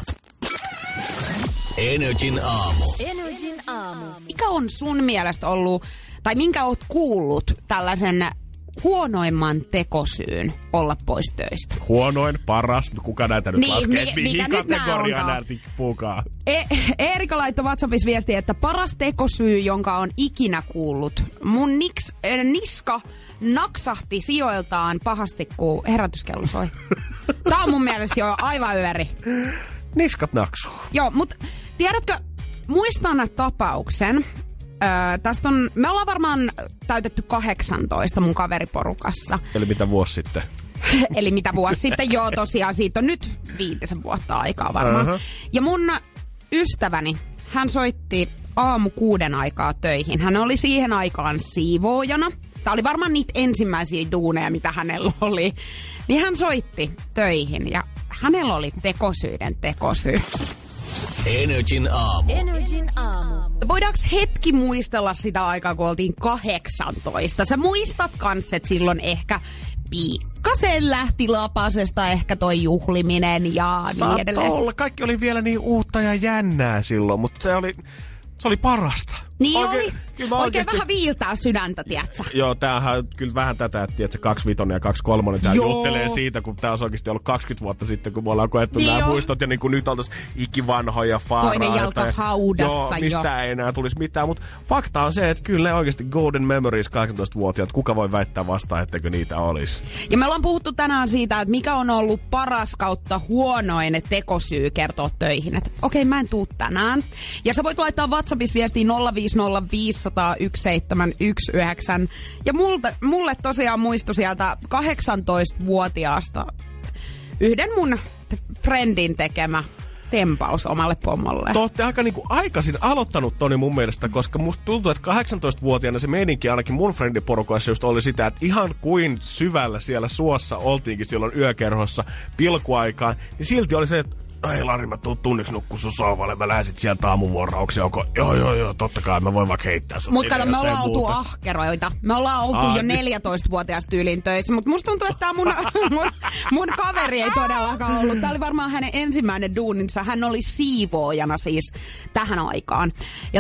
Energin aamu. Mikä on sun mielestä ollut, tai minkä oot kuullut tällaisen huonoimman tekosyyn olla pois töistä? Huonoin, paras, kuka näitä nyt laskee? Mihin kategoriaan nämä tippuukaan? Eerika laittoi WhatsAppissa viestiä, että paras tekosyy, jonka on ikinä kuullut. Mun niska naksahti sijoiltaan pahasti, kun herätyskello soi. Tää on mun mielestä jo aivan yöri. Niskat naksuu. Joo, mutta tiedätkö, muistan tapauksen. Me ollaan varmaan täytetty 18 mun kaveriporukassa. Eli mitä vuosi sitten? Eli mitä vuosi sitten, joo tosiaan, siitä on nyt 5 vuotta aikaa varmaan. Uh-huh. Ja mun ystäväni, hän soitti aamu 6 aikaa töihin. Hän oli siihen aikaan siivoojana. Tää oli varmaan niitä ensimmäisiä duuneja, mitä hänellä oli. Niin hän soitti töihin ja hänellä oli tekosyiden tekosyy. Energin aamu. Voidaanko hetki muistella sitä aikaa, kun oltiin 18? Sä muistat kans, että silloin ehkä pikkasen lähti lapasesta ehkä toi juhliminen ja niin edelleen. Olla. Kaikki oli vielä niin uutta ja jännää silloin, mutta se oli parasta. Niin oikein vähän viiltää sydäntä, tietsä. Joo, tämähän kyllä vähän tätä, että tietsä, 25 ja 23 tää juttelee siitä, kun tää olisi oikeasti ollut 20 vuotta sitten, kun me ollaan koettu niin nämä muistot, ja niin kuin nyt oltais ikivanhoja faaraita. Toinen jalka haudassa joo. Mistä ei enää tulisi mitään, mutta fakta on se, että kyllä ne oikeasti golden memories 18-vuotiaat, kuka voi väittää vastaan, etteikö niitä olisi. Ja me ollaan puhuttu tänään siitä, että mikä on ollut paras kautta huonoin tekosyy kertoa töihin, että okei, mä en tuu tänään. Ja sä voit laittaa WhatsAppissa viestiin 050501719. Ja mulle tosiaan muistui sieltä 18-vuotiaasta yhden mun friendin tekemä tempaus omalle pomolle. Te ootte aika niinku aikaisin aloittanut Toni mun mielestä, koska musta tuntuu, että 18-vuotiaana se meininki ainakin mun friendiporukoissa just oli sitä, että ihan kuin syvällä siellä suossa oltiinkin silloin yökerhossa pilkuaikaan, niin silti oli se, että ei Lari, mä tuun tunniksi nukkuu sun sohvalle, mä lähden sit sieltä aamuvuorouksia, joo, totta kai, mä voin vaikka heittää sut. Mut kato, me ollaan oltu ahkeroita. Me ollaan oltu jo 14-vuotiaasta tyylin töissä, mut musta tuntuu, että tää mun kaveri ei todellakaan ollut. Tää oli varmaan hänen ensimmäinen duuninsa. Hän oli siivoojana siis tähän aikaan. Ja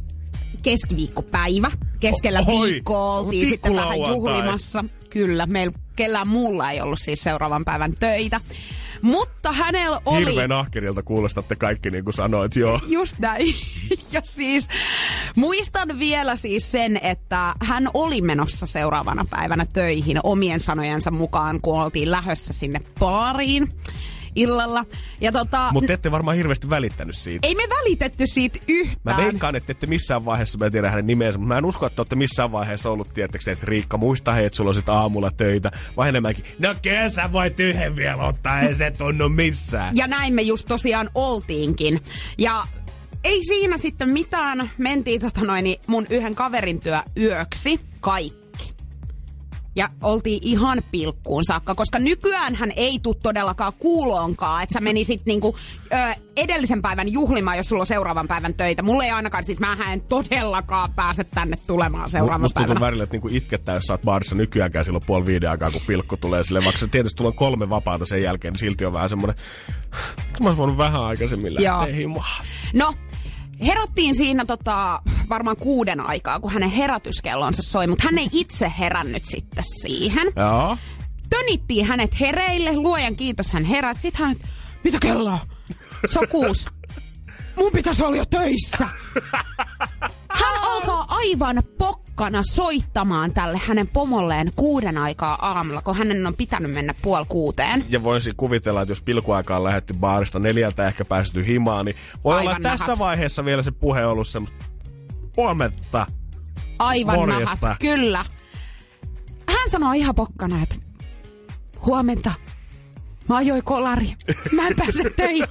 keskiviikkopäivä, keskellä viikkoa oltiin sitten vähän juhlimassa. Kyllä, meillä kellään muulla ei ollut siis seuraavan päivän töitä. Mutta hänellä oli... Hirveän ahkerilta kuulostatte kaikki, niin kuin sanoit, joo. Just näin. Ja siis muistan vielä siis sen, että hän oli menossa seuraavana päivänä töihin omien sanojensa mukaan, kun oltiin lähdössä sinne baariin illalla. Mutta ette varmaan hirveästi välittänyt siitä. Ei me välitetty siitä yhtään. Mä veikkaan, että ette missään vaiheessa, mä en tiedä hänen nimensä, mutta mä en usko, että olette missään vaiheessa ollut, tietysti, että Riikka, muista hei, että sulla on sit aamulla töitä. Vai enemmänkin, no kyllä sä voit yhden vielä ottaa, ei se tunnu missään. Ja näin me just tosiaan oltiinkin. Ja ei siinä sitten mitään, mentiin mun yhden kaverin työ yöksi kaikki. Ja oltiin ihan pilkkuun saakka, koska nykyäänhän ei tule todellakaan kuuloonkaan, että sä menisit niinku, edellisen päivän juhlimaan, jos sulla on seuraavan päivän töitä. Mulla ei ainakaan, mä en todellakaan pääse tänne tulemaan seuraavan musta päivänä. Musta tuntuu välillä, että niinku itkettää, jos sä oot baarissa nykyäänkään silloin 4:30 aikaa, kun pilkku tulee sille. Vaikka tietysti tulee 3 vapaata sen jälkeen, niin silti on vähän semmoinen, mä ois voinut vähän aikaisemmin lähteä himaan. No. Herättiin siinä varmaan 6 aikaa, kun hänen herätyskellonsa soi, mutta hän ei itse herännyt sitten siihen. Joo. tönittiin hänet hereille. Luojan kiitos, hän heräsi. Sitten hän, mitä kello? Se on 6. Mun pitäisi olla jo töissä. Hän alkaa aivan pokkana soittamaan tälle hänen pomolleen 6 aikaa aamulla, kun hänen on pitänyt mennä 5:30. Ja voisin kuvitella, että jos pilkuaikaan lähdetty baarista 4 ehkä päästy himaan, niin voi aivan olla tässä vaiheessa vielä se puhe ollut semmoista huomenta. Aivan morjesta. Nahat, kyllä. Hän sanoo ihan pokkana, että huomenta. Mä ajoin kolari. Mä en pääse töihin.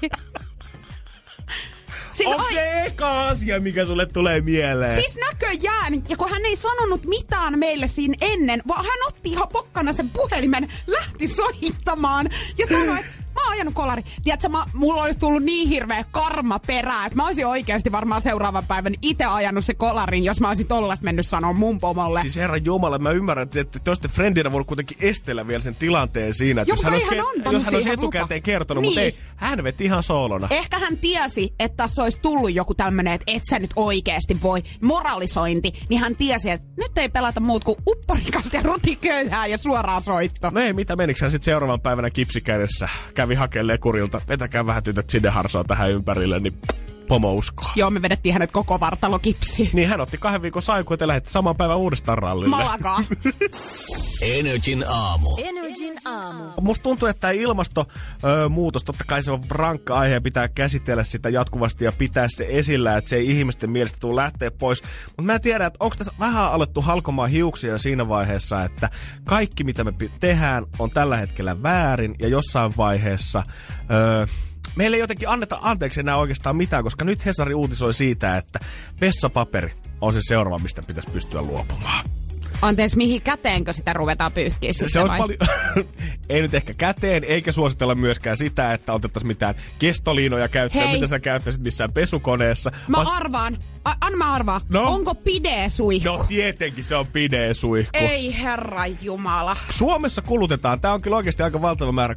Siis onko se eka asia, mikä sulle tulee mieleen? Siis näköjään. Ja kun hän ei sanonut mitään meille siinä ennen, vaan hän otti ihan pokkana sen puhelimen, lähti soittamaan ja sanoi, että mä oon ajanut kolari. Tiedätkö, mulla olisi tullut niin hirveä karma perää, että mä olisin oikeasti varmaan seuraavan päivän itse ajanut se kolarin, jos mä olisin tollasta mennyt sanoa mun pomolle. Siis herran jumala, mä ymmärrän, että te olisitte friendinä voinut kuitenkin estellä vielä sen tilanteen siinä. Että jos hän olisi etukäteen kertonut, niin. Mutta ei, hän veti ihan soolona. Ehkä hän tiesi, että tässä olisi tullut joku tämmönen, että et sä nyt oikeasti voi, moralisointi, niin hän tiesi, että nyt ei pelata muut kuin upporikasta ja rotiköyhää ja suoraan soitto. No ei, mitä menikö hän sitten seuraavan päivänä kipsikädessä? Kävi hakemaan lekurilta, vetäkää vähän tytöt sideharsoa tähän ympärille, niin pomo uskoo. Joo, me vedettiin hänet koko vartalokipsiin. Niin hän otti 2 viikon saikuet ja lähetti saman päivän uudestaan rallille. Malakaa. Energin aamu. Musta tuntuu, että tämä ilmastonmuutos, totta kai se on rankka aihe ja pitää käsitellä sitä jatkuvasti ja pitää se esillä, että se ei ihmisten mielestä tule lähteä pois. Mutta mä en tiedä, että onko tässä vähän alettu halkomaan hiuksia siinä vaiheessa, että kaikki mitä me tehdään on tällä hetkellä väärin ja jossain vaiheessa meille ei jotenkin anneta anteeksi enää oikeastaan mitään, koska nyt Hesari uutisoi siitä, että vessapaperi on se seuraava, mistä pitäisi pystyä luopumaan. Anteeksi, mihin käteenkö sitä ruvetaan pyyhkiä se on paljon. Ei nyt ehkä käteen, eikä suositella myöskään sitä, että otettaisiin mitään kestoliinoja käyttöön, mitä sä käyttäisit missään pesukoneessa. Mä arvaan. Anna arvaa. No? Onko pidesuihku? No tietenkin se on pidesuihku. Ei herra jumala. Suomessa kulutetaan, tää on kyllä oikeasti aika valtava määrä,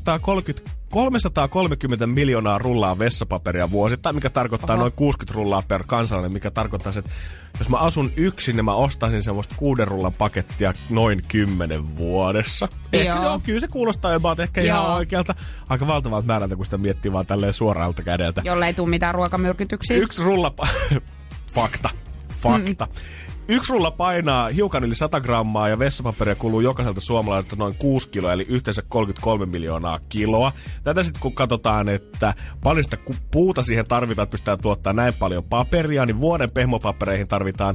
330 miljoonaa rullaa vessapaperia vuosittain, mikä tarkoittaa noin 60 rullaa per kansalainen, mikä tarkoittaa, että jos mä asun yksin, niin mä ostaisin semmoista 6 rullan pakettia noin 10 vuodessa. Ehkä joo, kyllä se kuulostaa jopa ehkä ihan oikealta. Aika valtavalta määrältä, kun sitä miettii vaan tälleen suoraalta kädeltä. Jolle ei tule mitään ruokamyrkytyksiä. 1 rulla... Fakta. 1 rulla painaa hiukan yli 100 grammaa ja vessapaperia kuluu jokaiselta suomalaiselta noin 6 kiloa, eli yhteensä 33 miljoonaa kiloa. Tätä sitten kun katsotaan, että paljon sitä puuta siihen tarvitaan, että pystytään tuottaa näin paljon paperia, niin vuoden pehmopapereihin tarvitaan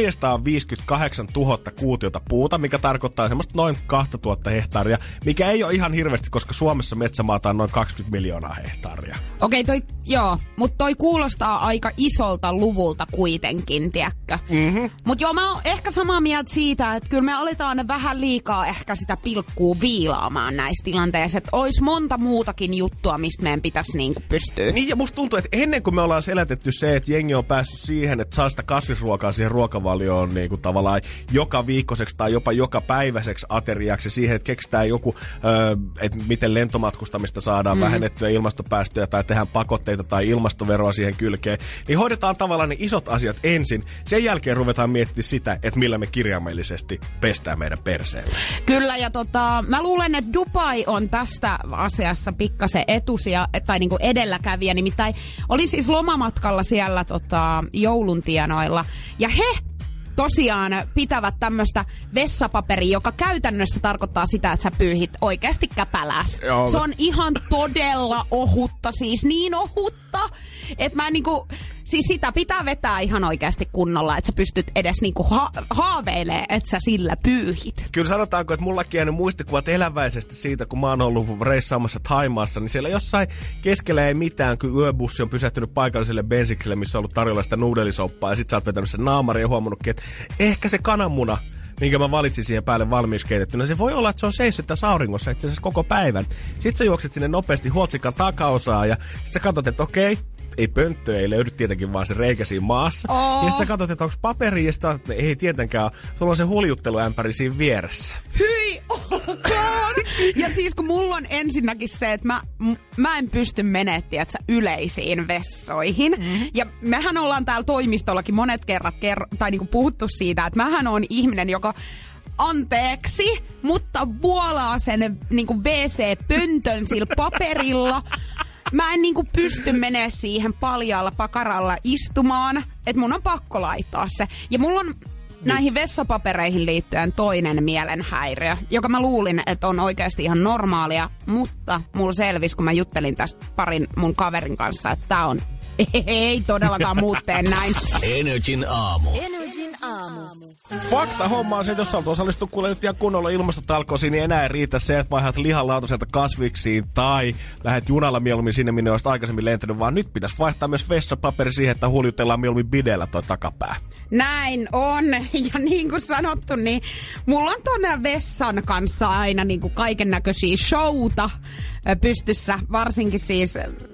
458 000 kuutiota puuta, mikä tarkoittaa semmoista noin 2000 hehtaaria, mikä ei ole ihan hirveästi, koska Suomessa metsämaata on noin 20 miljoonaa hehtaaria. Okei, mutta toi kuulostaa aika isolta luvulta kuitenkin, tiedätkö? Mutta joo, mä oon ehkä samaa mieltä siitä, että kyllä me aletaan vähän liikaa ehkä sitä pilkkuu viilaamaan näissä tilanteissa. Että olisi monta muutakin juttua, mistä meidän pitäisi niinku pystyä. Niin, ja musta tuntuu, että ennen kuin me ollaan selätetty se, että jengi on päässyt siihen, että saa sitä kasvisruokaa siihen ruokavalioon niinku tavallaan joka viikkoiseksi tai jopa joka päiväiseksi ateriaksi, siihen, että keksitään joku, että miten lentomatkustamista saadaan vähennettyä ilmastopäästöjä tai tehdään pakotteita tai ilmastoveroa siihen kylkeen, niin hoidetaan tavallaan ne isot asiat ensin. Sen jälkeen ruvetaan miettiä sitä, että millä me kirjaimellisesti pestään meidän perseellä. Kyllä, ja mä luulen, että Dubai on tästä asiassa pikkasen etusija, tai niinku edelläkävijä, nimittäin oli siis lomamatkalla siellä joulun tienoilla, ja he tosiaan pitävät tämmöistä vessapaperia, joka käytännössä tarkoittaa sitä, että sä pyyhit oikeasti käpäläs. Joo. Se on ihan todella ohutta, siis niin ohutta, että mä niinku, siis sitä pitää vetää ihan oikeasti kunnolla, että sä pystyt edes niinku haaveilemaan, että sä sillä pyyhit. Kyllä sanotaanko, että mullakin jäänyt muistikuvat eläväisesti siitä, kun mä oon ollut reissaamassa Thaimaassa, niin siellä jossain keskellä ei mitään, kun yöbussi on pysähtynyt paikalliselle bensikselle, missä on ollut tarjolla sitä nuudelisoppaa, ja sit sä oot vetänyt sen naamari ja huomannutkin, että ehkä se kananmuna, minkä mä valitsin siihen päälle valmiiksi keitettynä, se voi olla, että se on seissyt tässä auringossa itse asiassa koko päivän. Sitten sä juokset sinne nopeasti huotsikan takaosaa ja sit sä katsot, että okei, ei pönttöä, ei löydy tietenkin vaan se reikä siinä maassa. Ja sitten katsot, että onko paperia, ja sitten että ei tietenkään, sulla on se huljutteluämpäri siinä vieressä. Hyi olkoon! Ja siis kun mulla on ensinnäkin se, että mä en pysty menettiä yleisiin vessoihin. Ja mehän ollaan täällä toimistollakin monet kerrat tai niinku puhuttu siitä, että mähän on ihminen, joka anteeksi, mutta vuolaa sen niinku WC-pöntön sillä paperilla. Mä en niinku pysty menemään siihen paljaalla pakaralla istumaan, että mun on pakko laittaa se. Ja mulla on näihin vessapapereihin liittyen toinen mielenhäiriö, joka mä luulin, että on oikeasti ihan normaalia, mutta mulla selvisi, kun mä juttelin tästä parin mun kaverin kanssa, että tää on ei todellakaan muut tee näin. Energin aamu. Fakta homma on se, että jos sä olet osallistunut kuule nyt ihan kunnolla ilmastotalkoisiin, niin enää ei riitä se, että vaihdat lihanlaatuiselta kasviksiin tai lähdet junalla mieluummin sinne, minne olisit aikaisemmin lentänyt, vaan nyt pitäisi vaihtaa myös vessapaperi siihen, että huljutellaan mieluummin bideellä toi takapää. Näin on. Ja niin kuin sanottu, niin mulla on tuonne vessan kanssa aina niin kuin kaiken näköisiä showta pystyssä, varsinkin siis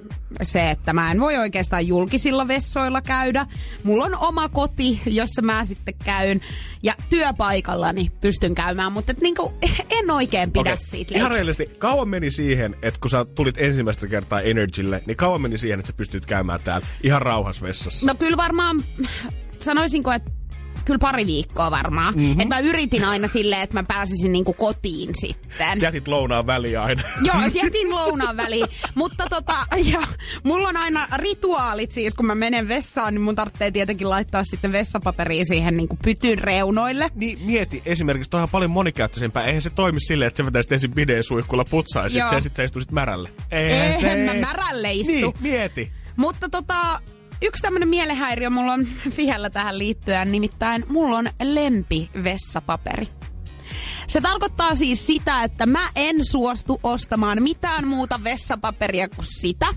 se, että mä en voi oikeastaan julkisilla vessoilla käydä. Mulla on oma koti, jossa mä sitten käyn. Ja työpaikallani pystyn käymään, mutta niinku, en oikein pidä siitä ihan reellisesti, kauan meni siihen, että kun sä tulit ensimmäistä kertaa Energylle, niin kauan meni siihen, että sä pystyt käymään täällä ihan rauhassa vessassa? No kyllä varmaan, sanoisinko, että kyllä pari viikkoa varmaan. Mm-hmm. Että mä yritin aina silleen, että mä pääsisin niinku kotiin sitten. Jätit lounaan väliin aina. Joo, jätin lounaan väliin. Mutta ja mulla on aina rituaalit siis, kun mä menen vessaan, niin mun tarvitsee tietenkin laittaa sitten vessapaperia siihen niinku pytyn reunoille. Niin mieti, esimerkiksi toi on paljon monikäyttöisempää. Eihän se toimi silleen, että sä vetäisit ensin bideen-suihkulla putsaisit ja sitten sä istuisit märälle. Eihän mä märälle istu. Niin, mieti. Mutta yksi tämmönen mielenhäiriö mulla on Fihellä tähän liittyen, nimittäin mulla on lempivessapaperi. Se tarkoittaa siis sitä, että mä en suostu ostamaan mitään muuta vessapaperia kuin sitä.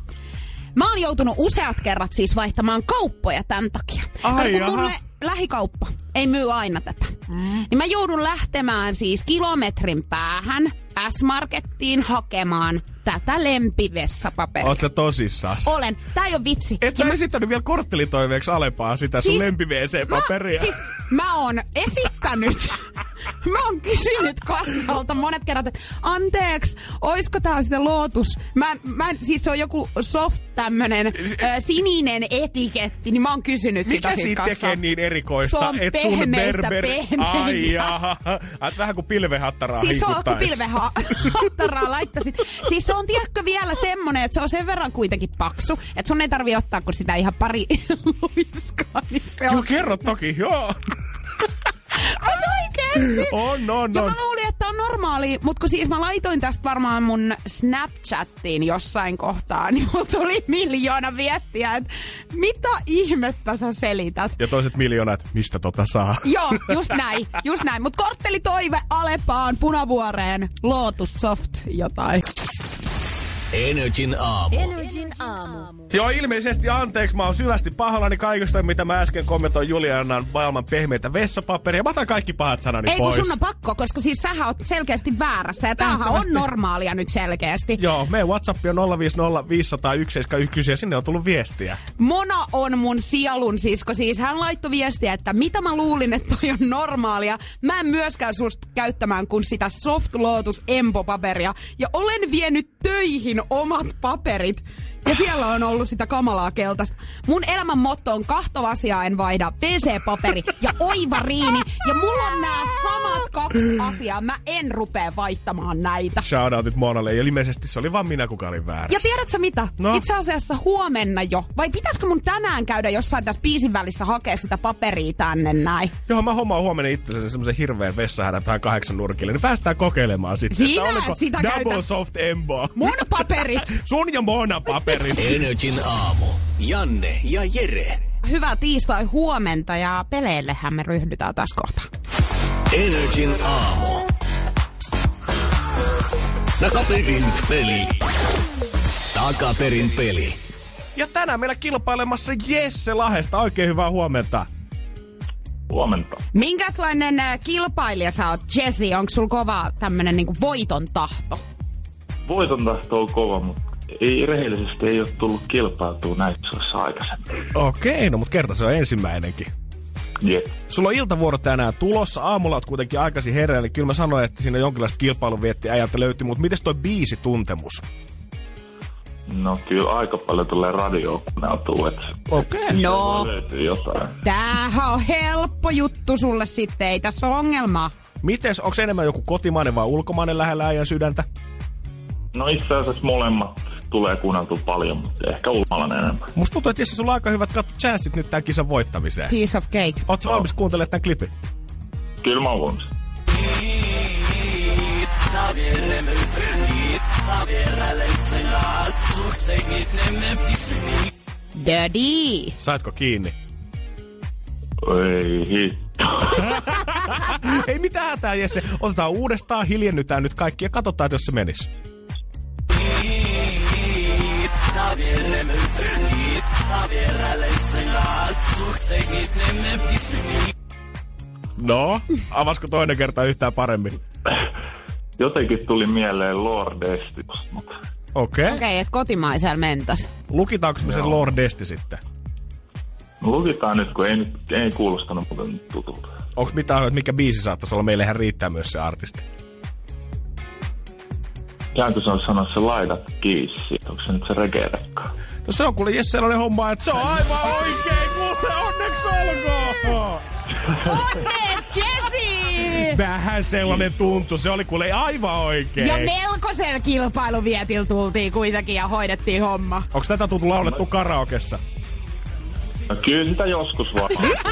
Mä oon joutunut useat kerrat siis vaihtamaan kauppoja tämän takia. Kun mulle lähikauppa ei myy aina tätä. Niin mä joudun lähtemään siis kilometrin päähän S-Markettiin hakemaan tätä lempivessapaperia. Oot sä tosissaan? Olen. Tää ei oo vitsi. Et sä esittänyt vielä korttelitoiveeksi alempaa sitä sun lempi-WC-paperia. Mä oon esittänyt. Mä oon kysynyt kassalta monet kerrat, että anteeksi, oisko tää sitä Lotus? Siis se on joku soft tämmönen sininen etiketti, niin mä oon kysynyt sitä siitä kassalta. Mikä siitä tekee niin erikoista? Se on pehmeistä. Ai jaha. Vähän kuin pilvehattaraa siis hinkuttais. Siis se on kuin pilvehattaraa laittaisit. Siis se on tiedätkö vielä semmonen, että se on sen verran kuitenkin paksu, että sun ei tarvii ottaa kuin sitä ihan pari luiskaa. Niin se on... Joo, kerro toki, joo. Mutta oikeesti. On. Ja mä luulin, että on normaali, mutta kun siis mä laitoin tästä varmaan mun Snapchattiin jossain kohtaa, niin mulla tuli 1,000,000 viestiä, että mitä ihmettä sä selität. Ja toiset miljoonat, mistä saa. Joo, just näin. Mut korttelitoive Alepaan, Punavuoreen, Lotus Soft jotain. Energin aamu. Joo, ilmeisesti anteeksi, mä oon syvästi pahoillani kaikesta, mitä mä äsken kommentoin Julianan maailman pehmeitä vessapaperia. Mä otan kaikki pahat sanani pois. Ei kun sun on pakko, koska siis sähän oot selkeästi väärässä ja tämähän on normaalia nyt selkeästi. Joo, meidän WhatsApp on 050 501 ja sinne on tullut viestiä. Mona on mun sielun sisko, siis hän laittoi viestiä, että mitä mä luulin, että toi on normaalia. Mä en myöskään suostu käyttämään kuin sitä Soft Lotus Empo-paperia ja olen vienyt töihin omat paperit. Ja siellä on ollut sitä kamalaa keltaista. Mun elämän motto on 2 asiaa en vaihda. WC-paperi ja oivariini. Ja mulla on nämä samat 2 asiaa. Mä en rupea vaihtamaan näitä. Shoutoutit Monalle. Ja ilmeisesti se oli vaan minä, kuka oli väärässä. Ja tiedätkö mitä? No? Itse asiassa huomenna jo. Vai pitäisikö mun tänään käydä jossain tässä biisin välissä hakea sitä paperia tänne näin? Joo, mä hommaan huomenna itselleni semmoisen hirveän vessahädän tähän 8 nurkille. Niin päästään kokeilemaan sitten. Sinä et sitä Double käytä. Soft Embo. Mun paperit. Sun ja Mona paperit. Energin aamu. Janne ja Jere. Hyvää tiistai huomenta ja peleillehän me ryhdytään tässä kohtaa. Energin aamu. Takaperin peli. Takaperin peli. Ja tänään meillä kilpailemassa Jesse Lahesta. Oikein hyvää huomenta. Huomenta. Minkälainen kilpailija sä oot, Jesse? Onko sulla kova tämmönen niinku voiton tahto? Voiton tahto on kova, mutta rehellisesti ei ole tullut kilpailtua näissä aikaisemmin. Okei, no mutta kerta se on ensimmäinenkin. Jep. Sulla on iltavuoro tänään tulossa. Aamulla oot kuitenkin aikaisin hereillä, eli kyllä mä sanoin, että siinä jonkinlaista kilpailun vietti äijältä löytyy, mutta mites toi biisituntemus? No kyllä aika paljon tulee radioon kuunneltua, että No, löytyy jotain. tämähän on helppo juttu sulle sitten, ei tässä ole ongelmaa. Mites, onko enemmän joku kotimainen vai ulkomainen lähellä äijän sydäntä? No itse asiassa molemmat tulee kuunneltua paljon, mutta ehkä ulkomaalainen enemmän. Musta tuntuu, että Jesse, sulla on aika hyvät chanssit nyt tämän kisan voittamiseen. Piece of cake. Ootko valmis kuuntelemaan tämän klipin? Kyllä mä oon. Daddy. Saitko kiinni? Ei hitto. Ei mitään hätää, Jesse. Otetaan uudestaan, hiljennytään nyt kaikki ja katsotaan, että jos se menis. No, avasko toinen kerta yhtään paremmin? Jotenkin tuli mieleen Lord Destis, mutta... Okei, että kotimaisella mentäs. Lukitaanko me sen Lord Desti sitten? No lukitaan nyt, kun ei kuulostanut muuten tutulta. Onko mitään, mikä biisi saattaisi olla? Meillähän riittää myös se artisti. Kääntö se on sanoa se laitat kiissi. Onko se nyt se reggae-rekka? No se on kuule Jesse sellainen homma, että se on aivan oikein. Kuule, onneksi olkoon! Onneet, Jesse! Vähän sellainen tuntui. Se oli kuule aivan oikein. Ja melkoisen kilpailuvietil tultiin kuitenkin ja hoidettiin homma. Onko tätä tultu laulettu karaokessa? No kyllä sitä joskus vaan.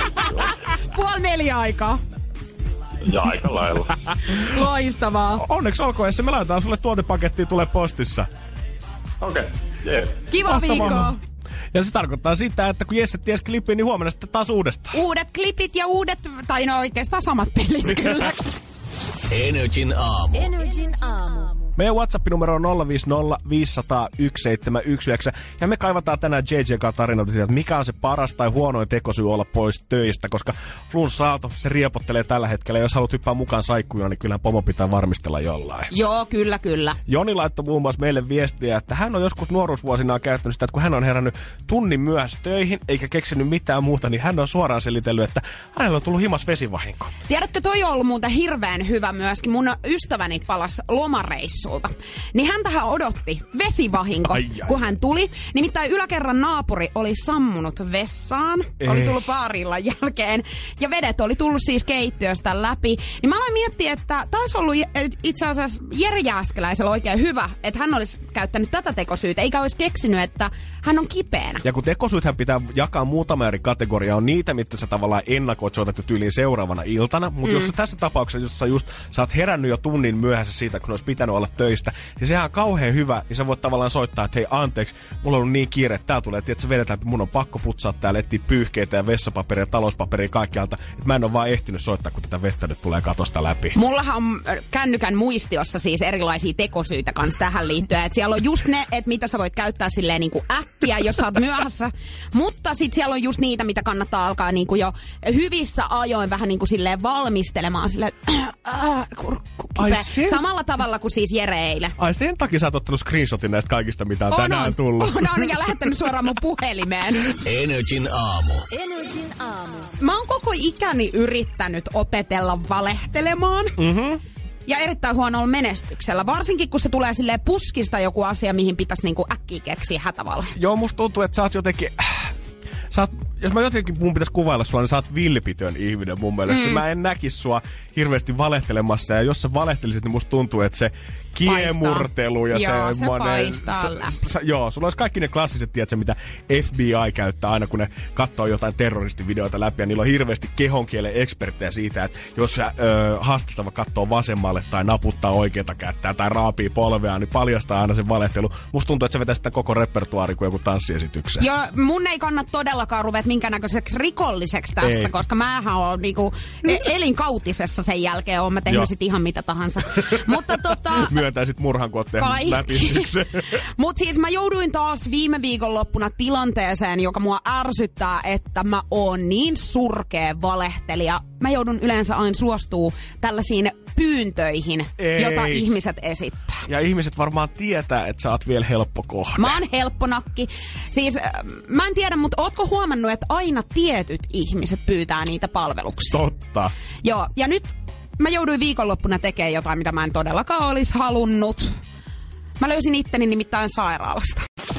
3:30 aikaa. Ja aika lailla. Loistavaa. Onneksi olkoon, Jesse. Me laitetaan sulle tuotepakettiin, tulee postissa. Okei, yeah. Kiva viikko. Ja se tarkoittaa sitä, että kun Jesse ties klippiin, niin huomenna sitten taas uudestaan. Uudet klipit ja uudet, tai no oikeastaan samat pelit kyllä. Energin aamu. Meidän WhatsApp-numero on 050 500 1719. Ja me kaivataan tänään JJK-tarinoita siitä, että mikä on se paras tai huonoin tekosyy olla pois töistä, koska flunssa-aalto, se riepottelee tällä hetkellä. Jos haluat hyppää mukaan saikkuja, niin kyllähän pomo pitää varmistella jollain. Joo, kyllä. Joni laittoi muun muassa meille viestiä, että hän on joskus nuoruusvuosinaan käyttänyt sitä, että kun hän on herännyt tunnin myöhässä töihin, eikä keksinyt mitään muuta, niin hän on suoraan selitellyt, että hänellä on tullut himas vesivahinko. Tiedätkö, toi on ollut muuten hirveän hyvä myöskin. Mun ystäväni palasi lomareissulta. Niin häntähän odotti vesivahinko, kun hän tuli. Nimittäin yläkerran naapuri oli sammunut vessaan. Oli tullut baarillan jälkeen. Ja vedet oli tullut siis keittiöstä läpi. Niin mä aloin miettiä, että taisi ollut itse asiassa Jere Jääskeläisellä oikein hyvä, että hän olisi käyttänyt tätä tekosyytä, eikä olisi keksinyt, että hän on kipeänä. Ja kun tekosyythän pitää jakaa muutama eri kategoria, on niitä, mitä sä tavallaan ennakoit, sä otat jo tyyliin seuraavana iltana. Mutta jos tässä tapauksessa, jos sä oot herännyt jo tunnin myöhässä siitä, kun olisi pitänyt olla töistä, niin sehän on kauhean hyvä, niin sä voit tavallaan soittaa, että hei anteeksi, mulla on ollut niin kiire, että tää tulee, että sä vedetään, mun on pakko putsaa täällä, etsiä pyyhkeitä ja vessapaperia ja talouspaperia kaikkialta, että mä en ole vaan ehtinyt soittaa, kun tätä vettä nyt tulee katosta läpi. Mullahan on kännykän muistiossa siis erilaisia tekosyitä kanssa tähän liittyen, että siellä on just ne, että mitä sä voit käyttää silleen niin kuin äkkiä, jos sä oot myöhässä, mutta sit siellä on just niitä, mitä kannattaa alkaa niin kuin jo hyvissä ajoin vähän niin kuin silleen valmistelemaan silleen, samalla tavalla kuin siis Jere eilen. Ai sen takia sä oot ottanut screenshotin näistä kaikista, mitä on tänään tullut. On, ja lähettänyt suoraan mun puhelimeen. Energin aamu. Mä oon koko ikäni yrittänyt opetella valehtelemaan. Ja erittäin huonolla menestyksellä. Varsinkin, kun se tulee silleen puskista joku asia, mihin pitäisi niinku äkkiä keksiä hätävalhe. Joo, musta tuntuu, että sä oot jotenkin... Jos mä jotenkin mun pitäisi kuvailla sua, niin sä oot vilpitön ihminen mun mielestä. Mä en näkisi sua hirveästi valehtelemassa. Ja jos sä valehtelisit, niin musta tuntuu, että se kiemurtelu ja semmoinen... Joo, sulla olisi kaikki ne klassiset, tiedätkö, mitä FBI käyttää aina, kun ne katsoo jotain terroristivideoita läpi. Ja niillä on hirveästi kehonkielen eksperttejä siitä, että jos haastateltava katsoo vasemmalle tai naputtaa oikeata kättää tai raapii polvea, niin paljastaa aina sen valehtelu. Musta tuntuu, että se vetäisi sitä koko repertuaari kuin joku tanssiesityksen. Joo, mun ei kannata todellakaan ruveta minkäännäköiseksi rikolliseksi tästä, koska mähän oon niinku elinkautisessa sen jälkeen, oon mä tehnyt sit ihan mitä tahansa. Mutta myöntäisit murhan, kun oot tehnyt läpistyksen. Mut siis mä jouduin taas viime viikonloppuna tilanteeseen, joka mua ärsyttää, että mä oon niin surkea valehtelija. Mä joudun yleensä aina suostuu tällaisiin pyyntöihin, jota ihmiset esittää. Ja ihmiset varmaan tietää, että sä oot vielä helppo kohde. Mä oon helpponakki. Siis mä en tiedä, mutta ootko huomannut, että aina tietyt ihmiset pyytää niitä palveluksia? Totta. Joo, ja nyt mä jouduin viikonloppuna tekemään jotain, mitä mä en todellakaan olisi halunnut. Mä löysin itteni nimittäin sairaalasta.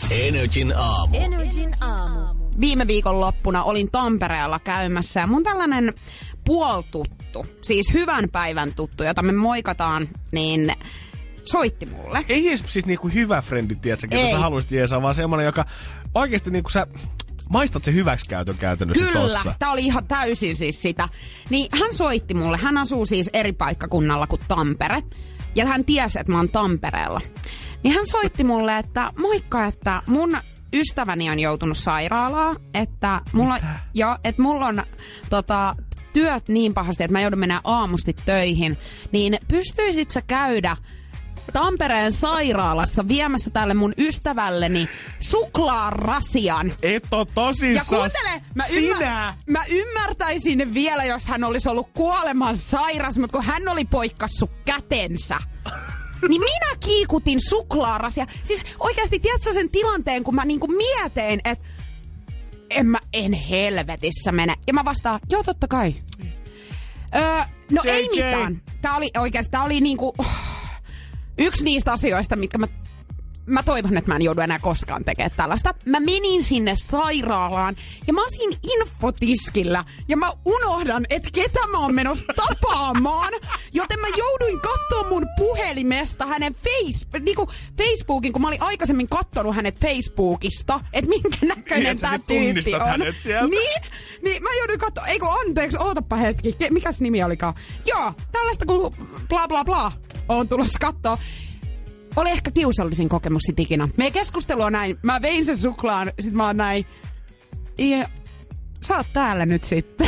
Energin aamu. Viime viikon loppuna olin Tampereella käymässä ja mun tällainen puoltuttu, siis hyvän päivän tuttu, jota me moikataan, niin soitti mulle. Ei edes siis niinku hyvä frendi, tiedätkö, ketä sä haluaisit jeesaa, vaan semmonen, joka oikeesti niinku sä maistat sen hyväksikäytön käytännössä tossa. Kyllä, tää oli ihan täysin siis sitä. Niin hän soitti mulle, hän asuu siis eri paikkakunnalla kuin Tampere. Ja hän tiesi, että mä oon Tampereella. Niin hän soitti mulle, että moikka, että mun ystäväni on joutunut sairaalaan, että mulla on työt niin pahasti, että mä joudun mennä aamusti töihin, niin pystyisit sä käydä Tampereen sairaalassa viemässä tälle mun ystävälleni suklaarasian. Et oo tosissaan. Ja kuuntele, mä ymmärtäisin vielä, jos hän olisi ollut kuoleman sairas, mutta kun hän oli poikkassut kätensä. Niin minä kiikutin suklaarasia. Siis oikeasti, tiedätkö sen tilanteen, kun mä niinku mietin, että en helvetissä mene. Ja mä vastaan, joo totta kai. No JJ. Ei mitään. Tää oli niinku yksi niistä asioista, mitkä mä toivon, että mä en joudu enää koskaan tekemään tällaista. Mä menin sinne sairaalaan ja mä oon siinä infotiskillä ja mä unohdan, että ketä mä oon menossa tapaamaan. Joten mä jouduin katsoa mun puhelimesta hänen Facebookin, kun mä olin aikaisemmin kattonut hänet Facebookista, että minkä näköinen tää tyyppi on. Niin mä jouduin katsoa, anteeksi, ootappa hetki, mikäs nimi olikaan? Joo, tällaista kuin bla bla bla oon tulossa kattoo. Oli ehkä kiusallisin kokemus sit ikinä. Meidän keskustelu on näin. Mä vein sen suklaan, sit mä oon näin. Ja sä oot täällä nyt sitten.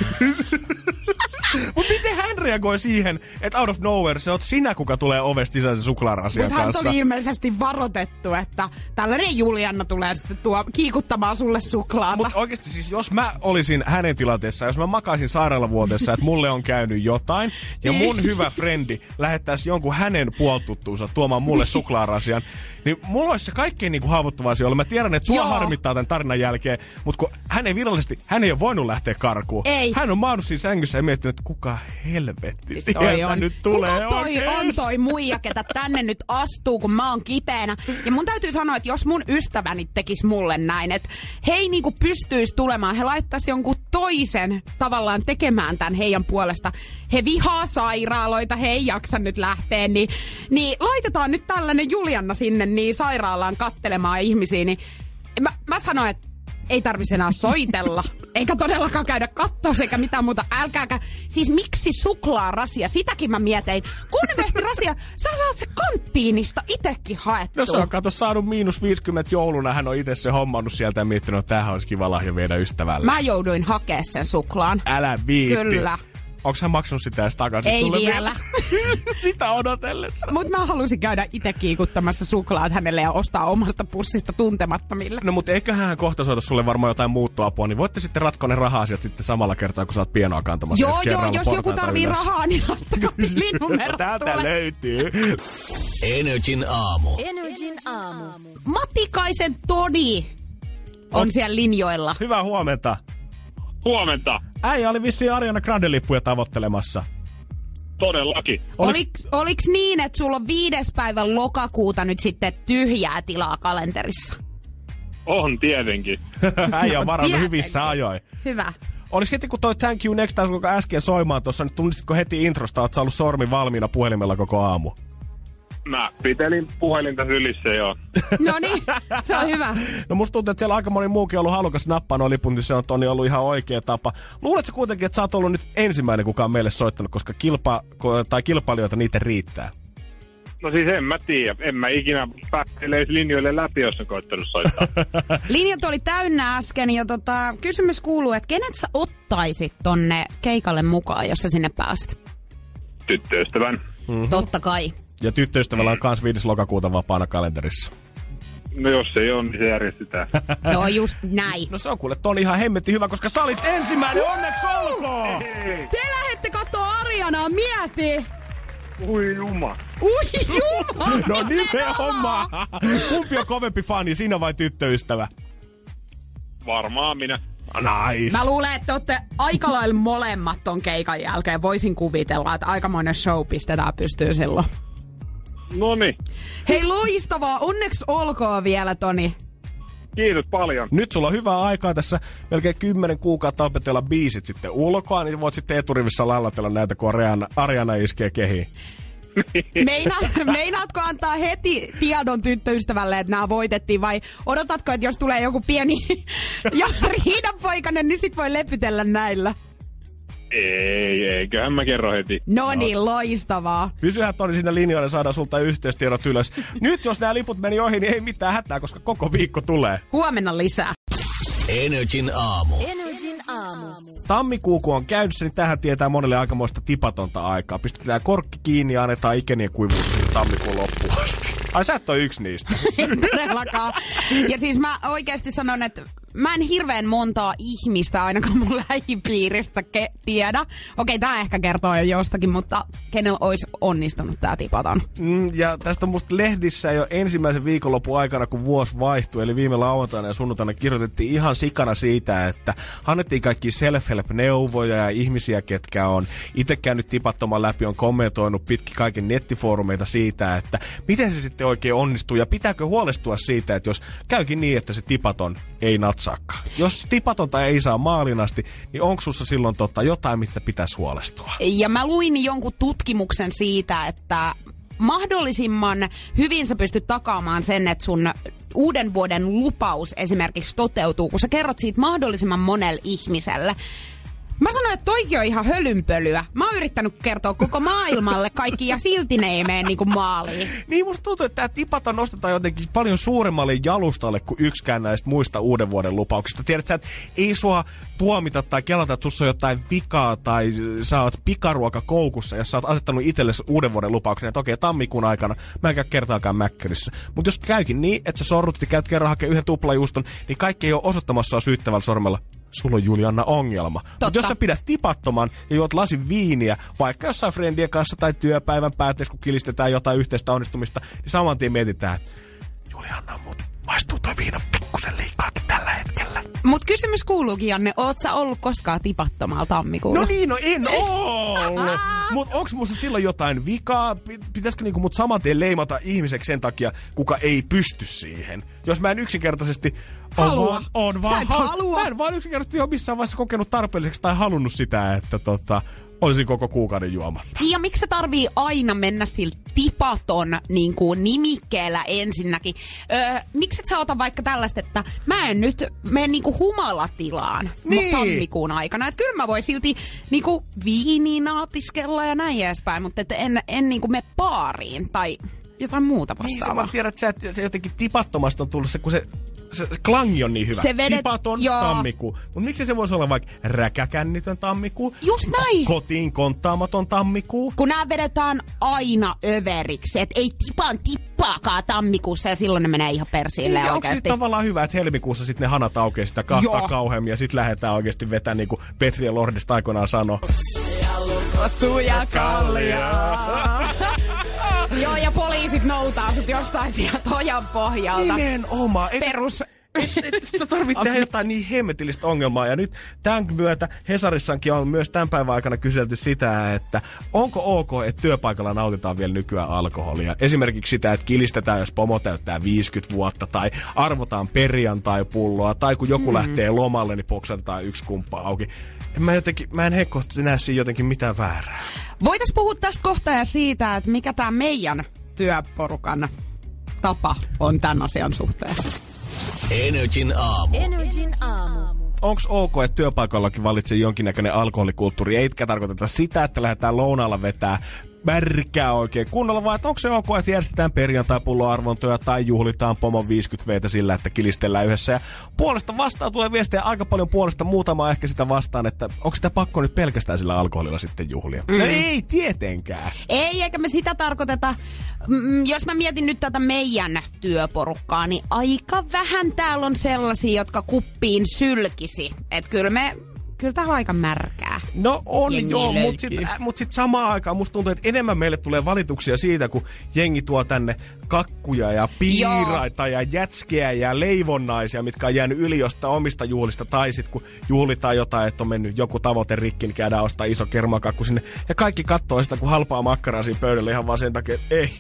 Mut miten hän reagoi siihen, että out of nowhere se oot sinä, kuka tulee ovesta sisään sen suklaarasian kanssa? Mut hän oli ilmeisesti varoitettu, että tällainen Julianna tulee sitten kiikuttamaan sulle suklaata. Mut oikeesti siis, jos mä olisin hänen tilanteessa, jos mä makaisin sairaalavuotessa, että mulle on käynyt jotain, ja mun hyvä frendi lähettäisi jonkun hänen puoltuttuunsa tuomaan mulle suklaarasian, niin mulla olisi se kaikkein niinku haavoittuvaa asia olla. Mä tiedän, että sua harmittaa tämän tarinan jälkeen, mutta kun hän ei ole voinut lähteä karkuun. Ei. Hän on maannut siinä sängyssä ja miettinyt, että kuka helvetti sieltä nyt tulee. Kuka on toi muija, ketä tänne nyt astuu, kun mä oon kipeänä. Ja mun täytyy sanoa, että jos mun ystäväni tekis mulle näin, että he ei niinku pystyisi tulemaan, he laittais jonkun toisen tavallaan tekemään tämän heidän puolesta. He vihaa sairaaloita, he ei jaksa nyt lähteä, niin laitetaan nyt tällainen Julianna sinne niin sairaalaan kattelemaan ihmisiä, niin mä sanoin, että ei tarvitse enää soitella, eikä todellakaan käydä kattoo eikä mitään muuta. Älkääkä, siis miksi suklaarasia? Sitäkin mä mietin. Konvehtirasia, sä saat se kanttiinista itekin haettua. No se on kato saanut -50 jouluna, hän on itse se hommannut sieltä ja miettinyt, että tämähän olisi kiva lahja viedä ystävälle. Mä jouduin hakea sen suklaan. Älä viitti. Kyllä. Onks hän maksanut sitä edes takaisin ei sulle vielä? Sitä odotellessa. Mut mä halusin käydä itse kiikuttamassa suklaat hänelle ja ostaa omasta pussista tuntemattomille. No mut eiköhän hän kohta soita sulle varmaan jotain muuttoapua, niin voitte sitten ratkoa ne raha-asiat sitten samalla kertaa, kun sä oot pienoa kantamassa. Joo, jos joku tarvii rahaa, niin laittakaa tilinumero. Täältä löytyy. Energin aamu. Matikaisen Todi on siellä linjoilla. Hyvää huomenta. Huomenta. Äijä oli vissiin Ariana Grande-lippuja tavoittelemassa. Todellakin. Oliks niin, että sulla on 5. päivän lokakuuta nyt sitten tyhjää tilaa kalenterissa? On tietenkin. Äijä on varannut hyvissä ajoin. Hyvä. Olis heti kun toi Thank You Next Time, joka äsken soimaan tuossa, niin tunnistitko heti introsta, oot sä ollut sormi valmiina puhelimella koko aamu? Mä pitelin puhelinta sylissä, joo. No niin, se on hyvä. No musta tuntuu, että siellä aika moni muukin ollut halukas nappaa noin lipun, niin se on Toni ollut ihan oikea tapa. Luuletko kuitenkin, että sä oot ollut nyt ensimmäinen, kuka on meille soittanut, koska kilpailijoita niitä riittää? No siis en mä tiedä. En mä ikinä päässelee linjoille läpi, jos on koittanut soittaa. Linjat oli täynnä äsken ja kysymys kuuluu, että kenet sä ottaisit tonne keikalle mukaan, jos sä sinne pääset? Tyttöystävän. Mm-hmm. Totta kai. Ja tyttöystävällä on kans 5. lokakuuta vapaana kalenterissa. No jos ei ole, niin se järjestetään. Joo, just näin. No se on kuule, Toni ihan hemmetti hyvä, koska sä olit ensimmäinen, onneksi olkoon! Te lähette kattoo Arianaa, mieti! Ui juma. No nimenomaan! Kumpi on kovempi fani, sinä vai tyttöystävä? Varmaan minä. Nice. Mä luulen, että olette aika lailla molemmat ton keikan jälkeen. Voisin kuvitella, että aikamoinen show pistetään pystyyn silloin. Noniin. Hei, loistavaa. Onneksi olkoon vielä, Toni. Kiitos paljon. Nyt sulla on hyvää aikaa tässä melkein 10 kuukautta opetella biisit sitten ulkoa, niin voit sitten eturivissä lallatella näitä, kun Ariana iskee kehiin. Meinaatko antaa heti tiedon tyttöystävälle, että nämä voitettiin, vai odotatko, että jos tulee joku pieni riidanpoikainen, niin sit voi lepytellä näillä? Eiköhän mä kerro heti. No niin, loistavaa. Pysyhän Toni siinä linjoilla, saadaan sulta yhteystiedot ylös. Nyt jos nämä liput meni ohi, niin ei mitään hätää, koska koko viikko tulee. Huomenna lisää. Energin aamu. Tammikuu kun on käynnissä, niin tähän tietää monelle aikamoista tipatonta aikaa. Pistetään korkki kiinni ja annetaan ikenien kuivuus tammikuun loppuun asti. Ai sä et ole yksi niistä. En todellakaan. Ja siis mä oikeasti sanon, että mä en hirveän montaa ihmistä ainakaan mun lähipiiristä tiedä. Okei, tää ehkä kertoo jo jostakin, mutta kenellä olisi onnistunut tää tipaton. Ja tästä on musta lehdissä jo ensimmäisen viikonlopun aikana, kun vuosi vaihtui, eli viime lauantaina ja sunnuntaina kirjoitettiin ihan sikana siitä, että annettiin kaikki self-help-neuvoja ja ihmisiä, ketkä on itse käynyt tipattoman läpi, on kommentoinut pitkin kaiken nettifoorumeita siitä, että miten se sitten oikein onnistuu ja pitääkö huolestua siitä, että jos käykin niin, että se tipaton ei natsaakaan. Jos tipatonta ei saa maalin asti, niin onko sussa silloin jotain, mistä pitäisi huolestua? Ja mä luin jonkun tutkimuksen siitä, että mahdollisimman hyvin sä pystyt takaamaan sen, että sun uuden vuoden lupaus esimerkiksi toteutuu, kun sä kerrot siitä mahdollisimman monelle ihmiselle. Mä sanoin, että toikin on ihan hölynpölyä. Mä oon yrittänyt kertoa koko maailmalle kaikki ja silti ne ei mene niinku maaliin. Niin musta tuntuu, että tää tipaton nostetaan jotenkin paljon suuremmalle jalustalle kuin yksikään näistä muista uuden vuoden lupauksista. Tiedätkö, että ei sua tuomita tai kelata, että sussa on jotain vikaa tai sä oot pikaruoka koukussa, jos sä oot asettanut itsellesi uuden vuoden lupauksen, että okei, tammikuun aikana mä en käy kertaakaan Mäkkärissä. Mutta jos käykin niin, että sä sorrut ja käyt kerran hakemaan yhden tuplajuuston, niin kaikki ei ole osoittamassa sua syyttävällä sormella. Sulla on, Julianna, ongelma. Mutta jos sä pidät tipattoman ja juot lasin viiniä, vaikka jossain friendien kanssa tai työpäivän päätteessä, kun kilistetään jotain yhteistä onnistumista, niin saman tien mietitään, että Julianna, muuten maistuu toi viina pikkusen liikaakin tällä hetkellä. Mut kysymys kuuluukin, Janne, oot sä ollut koskaan tipattomalla tammikuulla? No niin, no en ollut. Mut onks musta silloin jotain vikaa? Pitäisikö niinku mut saman tien leimata ihmiseksi sen takia, kuka ei pysty siihen? Jos mä en yksinkertaisesti halua. Sä et halua. Mä en vaan yksinkertaisesti ole missään vaiheessa kokenut tarpeelliseksi tai halunnut sitä, että olisin koko kuukauden juomatta. Ja miksi se tarvii aina mennä sillä tipaton niin kuin nimikkeellä ensinnäkin? Miksi et sä ota vaikka tällaista, että mä en nyt mene niin kuin humalatilaan tammikuun aikana? Että kyllä mä voin silti niin kuin viiniin naatiskella ja näin edespäin, mutta en niin kuin mene baariin tai jotain muuta vastaavaa. Niin, sä tiedät, että se jotenkin tipattomasta on tullut se, kun se klangi on niin hyvä. Tipaton tammikuu. Mutta miksi se voisi olla vaikka räkäkännitön tammikuu? Just näin. Kotiin konttaamaton tammikuu. Kun nämä vedetään aina överiksi, että ei tippaakaan tammikuussa ja silloin ne menee ihan persille niin, oikeasti. Onko se tavallaan hyvä, että helmikuussa sitten ne hanat aukeaa sitä kahtaa kauheammin ja sitten lähdetään oikeasti vetämään niin kuin Petri ja Lordista aikoinaan sanoi. Suja kalliaa. Joo, ja poliisit noutaa sut jostain sieltä ojan pohjalta. Nimenomaan. Perus. Sitä tarvitsee tehdä jotain niin hemmetillistä ongelmaa. Ja nyt tämän myötä Hesarissankin on myös tämän päivän aikana kyselty sitä, että onko ok, että työpaikalla nautitaan vielä nykyään alkoholia. Esimerkiksi sitä, että kilistetään, jos pomo täyttää 50 vuotta, tai arvotaan perjantai-pulloa, tai kun joku lähtee lomalle, niin poksatetaan yksi kumppa auki. Mä en heikkoisesti näe siinä jotenkin mitään väärää. Voitais puhua tästä kohtaa ja siitä, että mikä tää meidän työporukan tapa on tämän asian suhteen. Energin aamu. Onks ok, että työpaikallakin valitsee jonkinnäköinen alkoholikulttuuri? Eikä tarkoiteta sitä, että lähdetään lounaalla vetää märkää oikein kunnolla, vaan onko se ok, että järjestetään perjantai-pulloarvontoja tai juhlitaan pomon 50V:tä sillä, että kilistellään yhdessä. Ja puolesta vastaan tulee viestejä aika paljon puolesta, muutama ehkä sitä vastaan, että onko sitä pakko nyt pelkästään sillä alkoholilla sitten juhlia? No ei tietenkään. Ei, eikä me sitä tarkoiteta. Jos mä mietin nyt tätä meidän työporukkaa, niin aika vähän täällä on sellaisia, jotka kuppiin sylkisi. Että kyllä tää on aika märkää. No on joo, mutta sit samaan aikaan musta tuntuu, että enemmän meille tulee valituksia siitä, kun jengi tuo tänne kakkuja ja piiraita ja jätskeä ja leivonnaisia, mitkä on jäänyt yli jostain omista juhlista. Tai sit kun juhlitaan jotain, että on mennyt joku tavoite rikki, niin käydään ostaa iso kermakakku sinne. Ja kaikki kattoo sitä, kun halpaa makkaraa siinä pöydällä ihan vaan sen takia, että ei.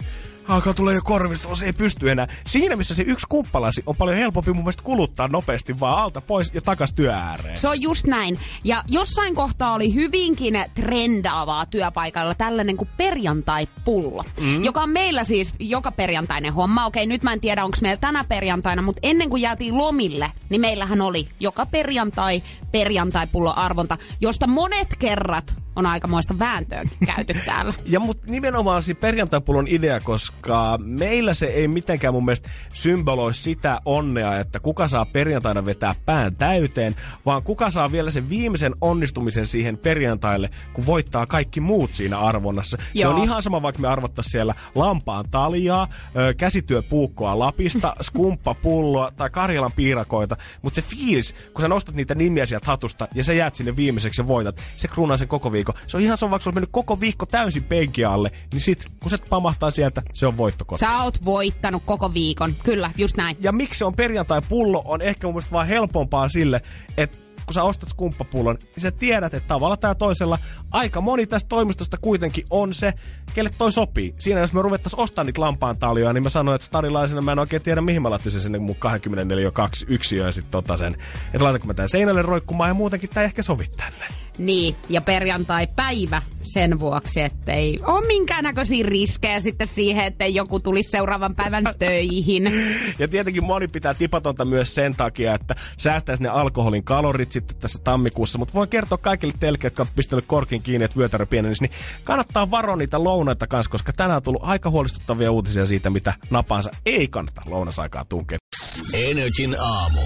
alkaa tulla jo korvista, se ei pysty enää. Siinä, missä se yksi kumppalasi on paljon helpompi mun mielestä kuluttaa nopeasti vaan alta pois ja takas työ ääreen. Se on just näin. Ja jossain kohtaa oli hyvinkin trendaavaa työpaikalla tällainen kuin perjantai-pullo, joka on meillä siis joka perjantainen homma. Okei, nyt mä en tiedä, onko meillä tänä perjantaina, mutta ennen kuin jäätiin lomille, niin meillähän oli joka perjantai-pullo arvonta, josta monet kerrat on aikamoista vääntöä käyty täällä. Ja mut nimenomaan siinä perjantaipullon idea, koska meillä se ei mitenkään mun mielestä symboloi sitä onnea, että kuka saa perjantaina vetää pään täyteen, vaan kuka saa vielä sen viimeisen onnistumisen siihen perjantaille, kun voittaa kaikki muut siinä arvonnassa. Joo. Se on ihan sama, vaikka me arvottaisiin siellä lampaan taljaa, käsityöpuukkoa Lapista, skumppapulloa tai Karjalan piirakoita, mutta se fiilis, kun sä nostat niitä nimiä sieltä hatusta ja sä jäät sinne viimeiseksi ja voitat, se kruunaa sen koko viikon. Se on ihan sama, vaikka se on mennyt koko viikko täysin penki alle, niin sit kun se pamahtaa sieltä, se on voittokoti. Sä oot voittanut koko viikon. Kyllä, just näin. Ja miksi se on perjantai-pullo, on ehkä mun mielestä vaan helpompaa sille, että kun sä ostat skumppapullon, niin sä tiedät, että tavalla tai toisella aika moni tästä toimistosta kuitenkin on se, kelle toi sopii. Siinä jos me ruvettaisiin ostamaan niitä lampaantaljoja, niin mä sanoin, että stadilaisena mä en oikein tiedä, mihin mä laittaisin sinne mun 24/2 yksiöön ja sit sen, että laitanko mä tän seinälle roikkumaan ja muutenkin tää ei ehkä sovi tänne. Niin, ja perjantai-päivä sen vuoksi, ettei ole minkäännäköisiä riskejä sitten siihen, ettei joku tulisi seuraavan päivän töihin. Ja tietenkin moni pitää tipatonta myös sen takia, että säästäisi ne alkoholin kalorit sitten tässä tammikuussa. Mutta voin kertoa kaikille teille, jotka on pistänyt korkin kiinni, että vyötärö pienenisi, niin kannattaa varoa niitä lounaita kanssa, koska tänään on tullut aika huolestuttavia uutisia siitä, mitä napansa ei kannata lounasaikaan tunkea. Energin aamu.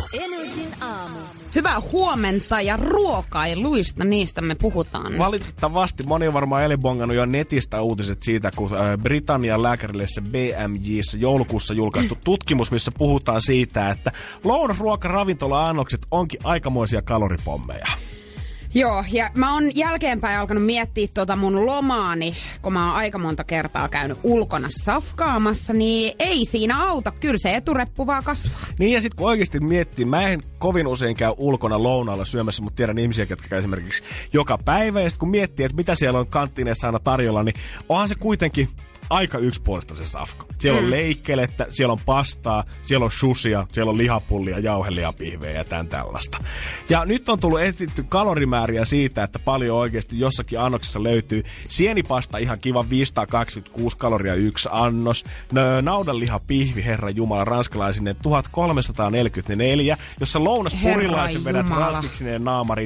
Hyvää huomenta ja ruokailuista, niistä me puhutaan. Valitettavasti moni on varmaan elibongannut jo netistä uutiset siitä, kun Britannian lääkärilehdessä BMJ:ssä joulukuussa julkaistu tutkimus, missä puhutaan siitä, että lounasruokaravintola-annokset onkin aikamoisia kaloripommeja. Joo, ja mä oon jälkeenpäin alkanut miettiä mun lomaani, kun mä oon aika monta kertaa käynyt ulkona safkaamassa, niin ei siinä auta. Kyllä se etureppu vaan kasvaa. Niin ja sit kun oikeesti miettii, mä en kovin usein käy ulkona lounaalla syömässä, mutta tiedän ihmisiä, jotka käy esimerkiksi joka päivä. Ja sit kun miettii, että mitä siellä on kanttiineissa aina tarjolla, niin onhan se kuitenkin aika yksipuolista se safka. Siellä on leikkelettä, siellä on pastaa, siellä on shushia, siellä on lihapullia, jauhelihapihvejä ja tän tällaista. Ja nyt on tullut etsitty kalorimääriä siitä, että paljon oikeasti jossakin annoksessa löytyy sienipasta, ihan kiva 526 kaloria yksi annos, naudanlihapihvi, herra jumala, ranskalaisinen 1344, jossa lounaspurilaisen vedät ranskiksineen naamarin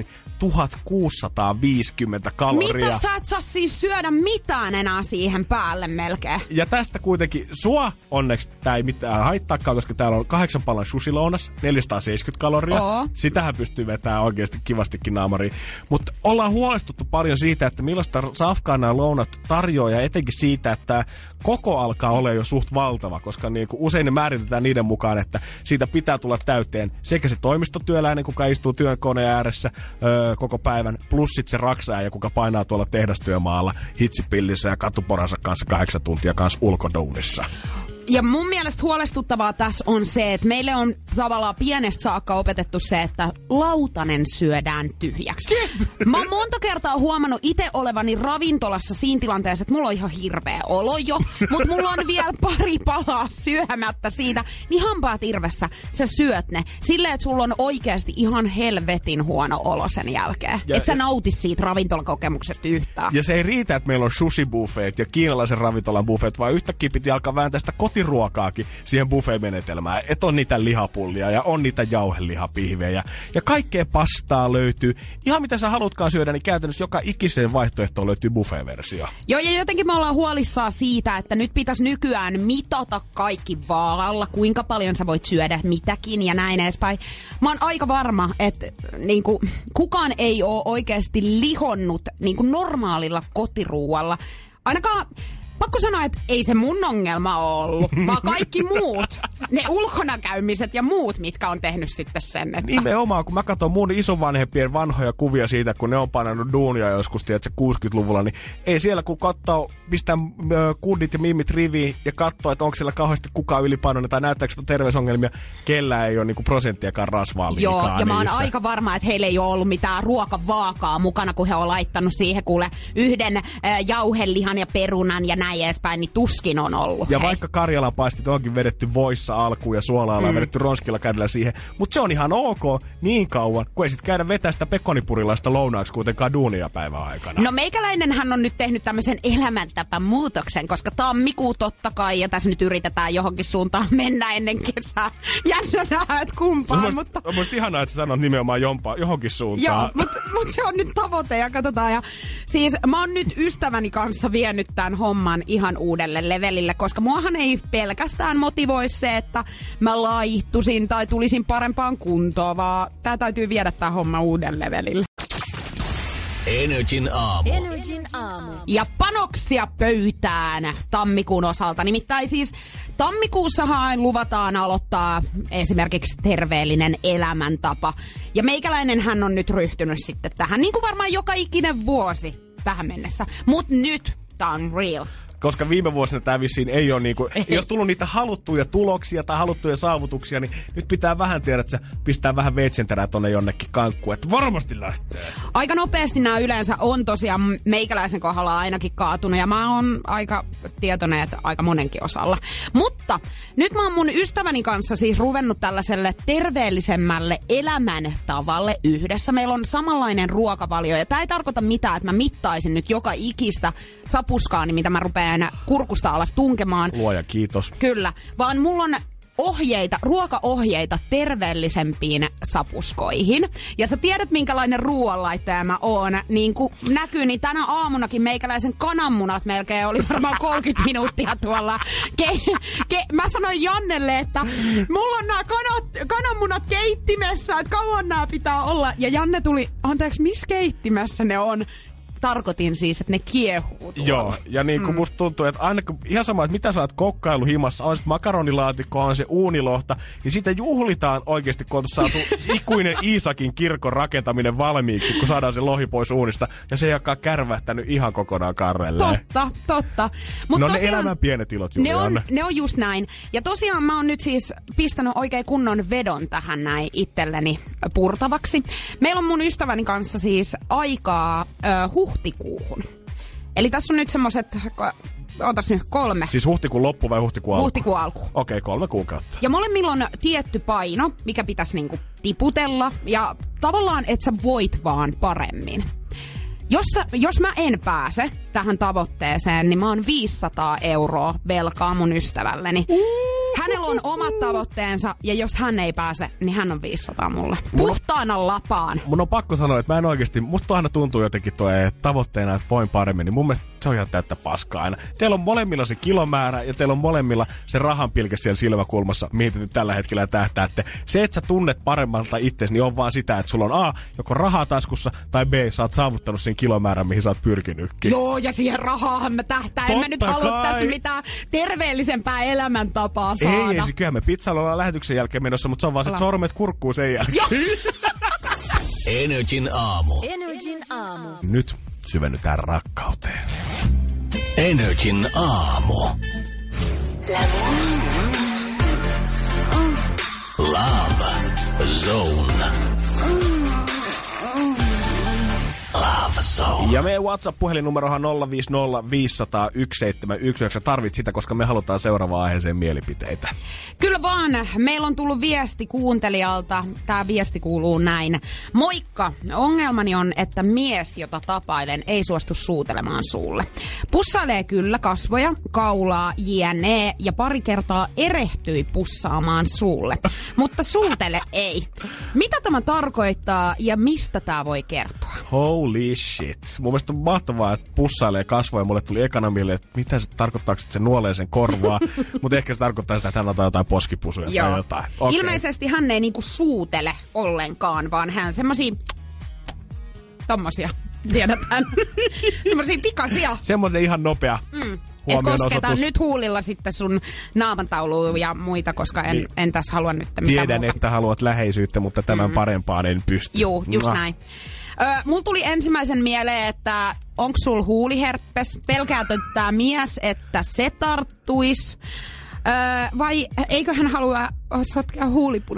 1650 kaloria. Mitä sä et saa siis syödä mitään enää siihen päälle melkein? Ja tästä kuitenkin sua onneksi tää ei mitään haittaakaan, koska täällä on 8 palan sushi-lounas, 470 kaloria. Sitähän pystyy vetämään oikeasti kivastikin naamariin. Mutta ollaan huolestuttu paljon siitä, että millaista safkaa nämä lounat tarjoaa, ja etenkin siitä, että koko alkaa olla jo suht valtava, koska niinku usein ne määritetään niiden mukaan, että siitä pitää tulla täyteen sekä se toimistotyöläinen, kuka istuu työnkoneen ääressä koko päivän, plus sit se raksaaja, kuka painaa tuolla tehdastyömaalla hitsipillissä ja katuporansa kanssa 8 tuntia kanssa ulkoduunissa. Ja mun mielestä huolestuttavaa tässä on se, että meille on tavallaan pienestä saakka opetettu se, että lautanen syödään tyhjäksi. Mä oon monta kertaa huomannut itse olevani ravintolassa siinä tilanteessa, että mulla on ihan hirveä olo jo, mutta mulla on vielä pari palaa syömättä siitä, niin hampaat irvessä sä syöt ne. Silleen, että sulla on oikeasti ihan helvetin huono olo sen jälkeen. Et sä nautis siitä ravintolakokemuksesta yhtään. Ja se ei riitä, että meillä on sushi-buffet ja kiinalaisen ravintolan buffet, vaan yhtäkkiä piti alkaa vääntää sitä kotiruokaakin siihen buffet-menetelmään. Että on niitä lihapullia ja on niitä jauhelihapihvejä ja kaikkea pastaa löytyy. Ihan mitä sä haluatkaan syödä, niin käytännössä joka ikiseen vaihtoehtoon löytyy buffet-versio. Joo, ja jotenkin me ollaan huolissaan siitä, että nyt pitäisi nykyään mitata kaikki vaalalla, kuinka paljon sä voit syödä mitäkin ja näin edespäin. Mä oon aika varma, että niinku, kukaan ei ole oikeasti lihonnut niinku normaalilla kotiruualla. Ainakaan pakko sanoa, että ei se mun ongelma ole ollut, vaan kaikki muut, ne ulkona käymiset ja muut, mitkä on tehnyt sitten sen. Että nimenomaan, kun mä katson mun isovanhempien vanhoja kuvia siitä, kun ne on painanut duunia joskus, tiedätkö, 60-luvulla, niin ei siellä, kun katsoo, pistää kundit ja mimmit riviin ja katsoo, että onko siellä kauheasti kukaan ylipainoinen tai näyttääkö sitä terveysongelmia, kellään ei ole niinku prosenttiakaan rasvaa liikaa. Joo, ja niissä. mä oon aika varma, että heillä ei ole ollut mitään ruokavaakaa mukana, kun he on laittanut siihen kuule yhden jauhelihan ja perunan ja näin edespäin, niin tuskin on ollut. Ja vaikka Karjalan paistit onkin vedetty voissa alkuun ja suolaalla vedetty ronskilla kädellä siihen, mutta se on ihan ok niin kauan, kun ei sit käydä vetää sitä pekonipurilaista lounaaksi kuitenkaan duunia päivän aikana. No meikäläinenhän on nyt tehnyt tämmöisen elämäntapamuutoksen, koska tammikuu totta kai, ja tässä nyt yritetään johonkin suuntaan mennä ennen kesää. Jännä nähdä, että kumpaan, mutta... On musta ihanaa, että sä sanot nimenomaan johonkin suuntaan. Joo, mutta se on nyt tavoite ja katsotaan. Ja siis mä oon nyt ystäväni kanssa vienyt tämän homman ihan uudelle levelille, koska muahan ei pelkästään motivoi se, että mä laihtuisin tai tulisin parempaan kuntoon, vaan tää täytyy viedä tää homma uudelle levelille. Energin aamu. Ja panoksia pöytään tammikuun osalta. Nimittäin siis tammikuussahan luvataan aloittaa esimerkiksi terveellinen elämäntapa. Ja meikäläinenhän on nyt ryhtynyt sitten tähän, niin kuin varmaan joka ikinen vuosi tähän mennessä. Mut nyt tää on real. Koska viime vuosina tämä vissiin ei ole niinku, ei ole tullut niitä haluttuja tuloksia tai haluttuja saavutuksia, niin nyt pitää vähän tiedä, että se pistää vähän veitsenterää tonne jonnekin kankkuun, että varmasti lähtee. Aika nopeasti nämä yleensä on tosiaan meikäläisen kohdalla ainakin kaatunut, ja mä oon aika tietoinen, että aika monenkin osalla. Mutta nyt mä oon mun ystäväni kanssa siis ruvennut tällaiselle terveellisemmälle elämäntavalle yhdessä. Meillä on samanlainen ruokavalio, ja tää ei tarkoita mitään, että mä mittaisin nyt joka ikistä sapuskaani, mitä mä rupean kurkusta alas tunkemaan. Luoja kiitos. Kyllä, vaan mulla on ruokaohjeita terveellisempiin sapuskoihin. Ja sä tiedät, minkälainen ruoanlaittaja mä oon. Niin kuin näkyy, niin tänä aamunakin meikäläisen kananmunat melkein oli varmaan 30 minuuttia tuolla. Mä sanoin Jannelle, että mulla on nämä kananmunat keittimessä, että kauan nämä pitää olla. Ja Janne tuli, anteeksi, missä keittimessä ne on? Tarkoitin siis, että ne kiehuu tuolla. Joo, ja niin kuin musta tuntuu, että aina ihan sama, että mitä sä oot kokkailu himassa, on sitten makaronilaatikko, on se uunilohta, niin sitä juhlitaan oikeasti, kun on saatu ikuinen Iisakin kirkon rakentaminen valmiiksi, kun saadaan se lohi pois uunista, ja se ei olekaan kärvähtänyt ihan kokonaan karrelleen. Totta. Mut no tosiaan, ne elämän pienet ilot, Juliana. Ne on just näin. Ja tosiaan mä oon nyt siis pistänyt oikein kunnon vedon tähän näin itselleni purtavaksi. Meillä on mun ystäväni kanssa siis aikaa huhtikuuhun. Eli tässä on nyt semmoset, ootas nyt 3. Siis huhtikuun loppu vai huhtikuun alku? Huhtikuun alku. Okei, 3 kuukautta. Ja molemmilla on tietty paino, mikä pitäisi niinku tiputella. Ja tavallaan, että sä voit vaan paremmin. Jos mä en pääse tähän tavoitteeseen, niin mä oon 500 € velkaa mun ystävälleni. Hänellä on omat tavoitteensa, ja jos hän ei pääse, niin hän on 500 mulle. Puhtaana lapaan. Mun on pakko sanoa, että mä en oikeesti, musta aina tuntuu jotenkin tavoitteena, että voin paremmin, niin mun mielestä se on ihan täyttä paskaa aina. Teillä on molemmilla se kilomäärä, ja teillä on molemmilla se rahanpilke siellä silmäkulmassa, mihin te nyt tällä hetkellä tähtäätte. Se, että sä tunnet paremmalta itsesi, niin on vaan sitä, että sulla on A, joko rahaa taskussa, tai B, sä oot saavuttanut sen kilomäärän, mihin sä oot pyrkinytkin. Joo, ja siihen rahaahan mä tähtään. En mä nyt halua tässä mitään terveellisempää elämäntapaa saada. Ei, kyllä me pizzalla ollaan lähetyksen jälkeen menossa, mutta se on vaan se, että sormet kurkkuu sen jälkeen. Energin aamu. Nyt syvennytään rakkauteen. Energin aamu. Love Zone. Love Zone. Ja meidän WhatsApp-puhelinnumerohan 050501719. Tarvit sitä, koska me halutaan seuraavaan aiheeseen mielipiteitä. Kyllä vaan. Meillä on tullut viesti kuuntelijalta. Tämä viesti kuuluu näin. Moikka! Ongelmani on, että mies, jota tapailen, ei suostu suutelemaan suulle. Pussailee kyllä kasvoja, kaulaa, jne. Ja pari kertaa erehtyi pussaamaan suulle. Mutta suutele ei. Mitä tämä tarkoittaa ja mistä tämä voi kertoa? Holy shit. Mun mielestä on mahtavaa, että pussailee kasvoja. Mulle tuli ekana mieleen, että mitä se tarkoittaa, että se nuolee sen korvaa. Mutta ehkä se tarkoittaa sitä, että hän ottaa jotain poskipusuja tai jotain. Okay. Ilmeisesti hän ei niinku suutele ollenkaan, vaan hän semmosia tommosia, tiedetään. Semmosia pikaisia. Semmoinen ihan nopea. Et kosketaan nyt huulilla sitten sun naamantauluun ja muita, koska en tässä halua nyt mitään Tiedän, muuta. Että haluat läheisyyttä, mutta tämän parempaan en pysty. Joo, just näin. Mulla tuli ensimmäisen mieleen, että onko sul huuliherppes? Pelkäätkö tää mies, että se tarttuis? Vai eikö hän halua sotkea huulipunaa?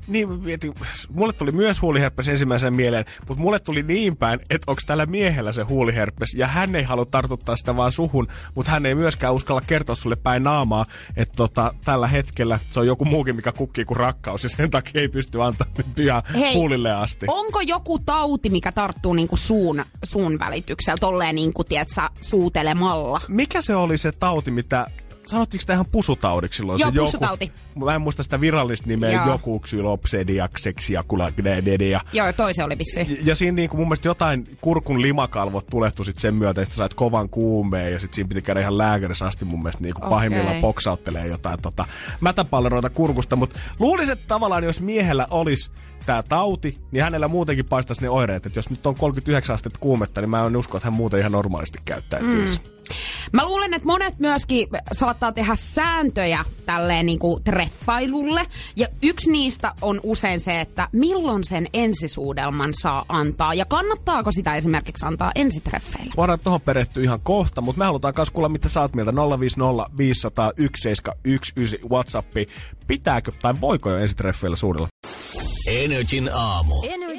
Niin, mietin, mulle tuli myös huuliherpes ensimmäisen mieleen, mutta mulle tuli niin päin, että onko tällä miehellä se huuliherpes, ja hän ei halua tartuttaa sitä vaan suhun, mutta hän ei myöskään uskalla kertoa sulle päin naamaa, että tällä hetkellä se on joku muukin, mikä kukkii kuin rakkaus, ja sen takia ei pysty antamaan nyt ihan huulille asti. Onko joku tauti, mikä tarttuu niinku suun välityksellä, tolleen niinku, tiedätkö, suutelemalla? Mikä se oli se tauti, mitä... Sanottiinko sitä ihan pusutaudiksi silloin? Joo, se pusutauti. Mä en muista sitä virallista nimeä, joku xylopsediakseksi ja kulagnededia. Joo, toisen oli vissiin. Ja siinä niinku mun mielestä jotain kurkun limakalvot tulehtui sit sen myötä, että sait kovan kuumeen ja sit siinä piti käydä ihan lääkärissä asti mun mielestä niinku pahimmillaan poksauttelee jotain mätäpalleroita kurkusta. Mutta luulisin, että tavallaan jos miehellä olisi tää tauti, niin hänellä muutenkin paistaisi ne oireet. Että jos nyt on 39 astetta kuumetta, niin mä en usko, että hän muuten ihan normaalisti käyttäytyisi. Mä luulen, että monet myöskin saattaa tehdä sääntöjä tälleen niinku treffailulle. Ja yksi niistä on usein se, että milloin sen ensisuudelman saa antaa. Ja kannattaako sitä esimerkiksi antaa ensitreffeillä? Voidaan tuohon perehtyä ihan kohta, mutta me halutaan myös kuulla, mitä sä oot mieltä. 050 500 1719 WhatsAppi. Pitääkö tai voiko jo ensitreffeillä suudella? Energin aamu.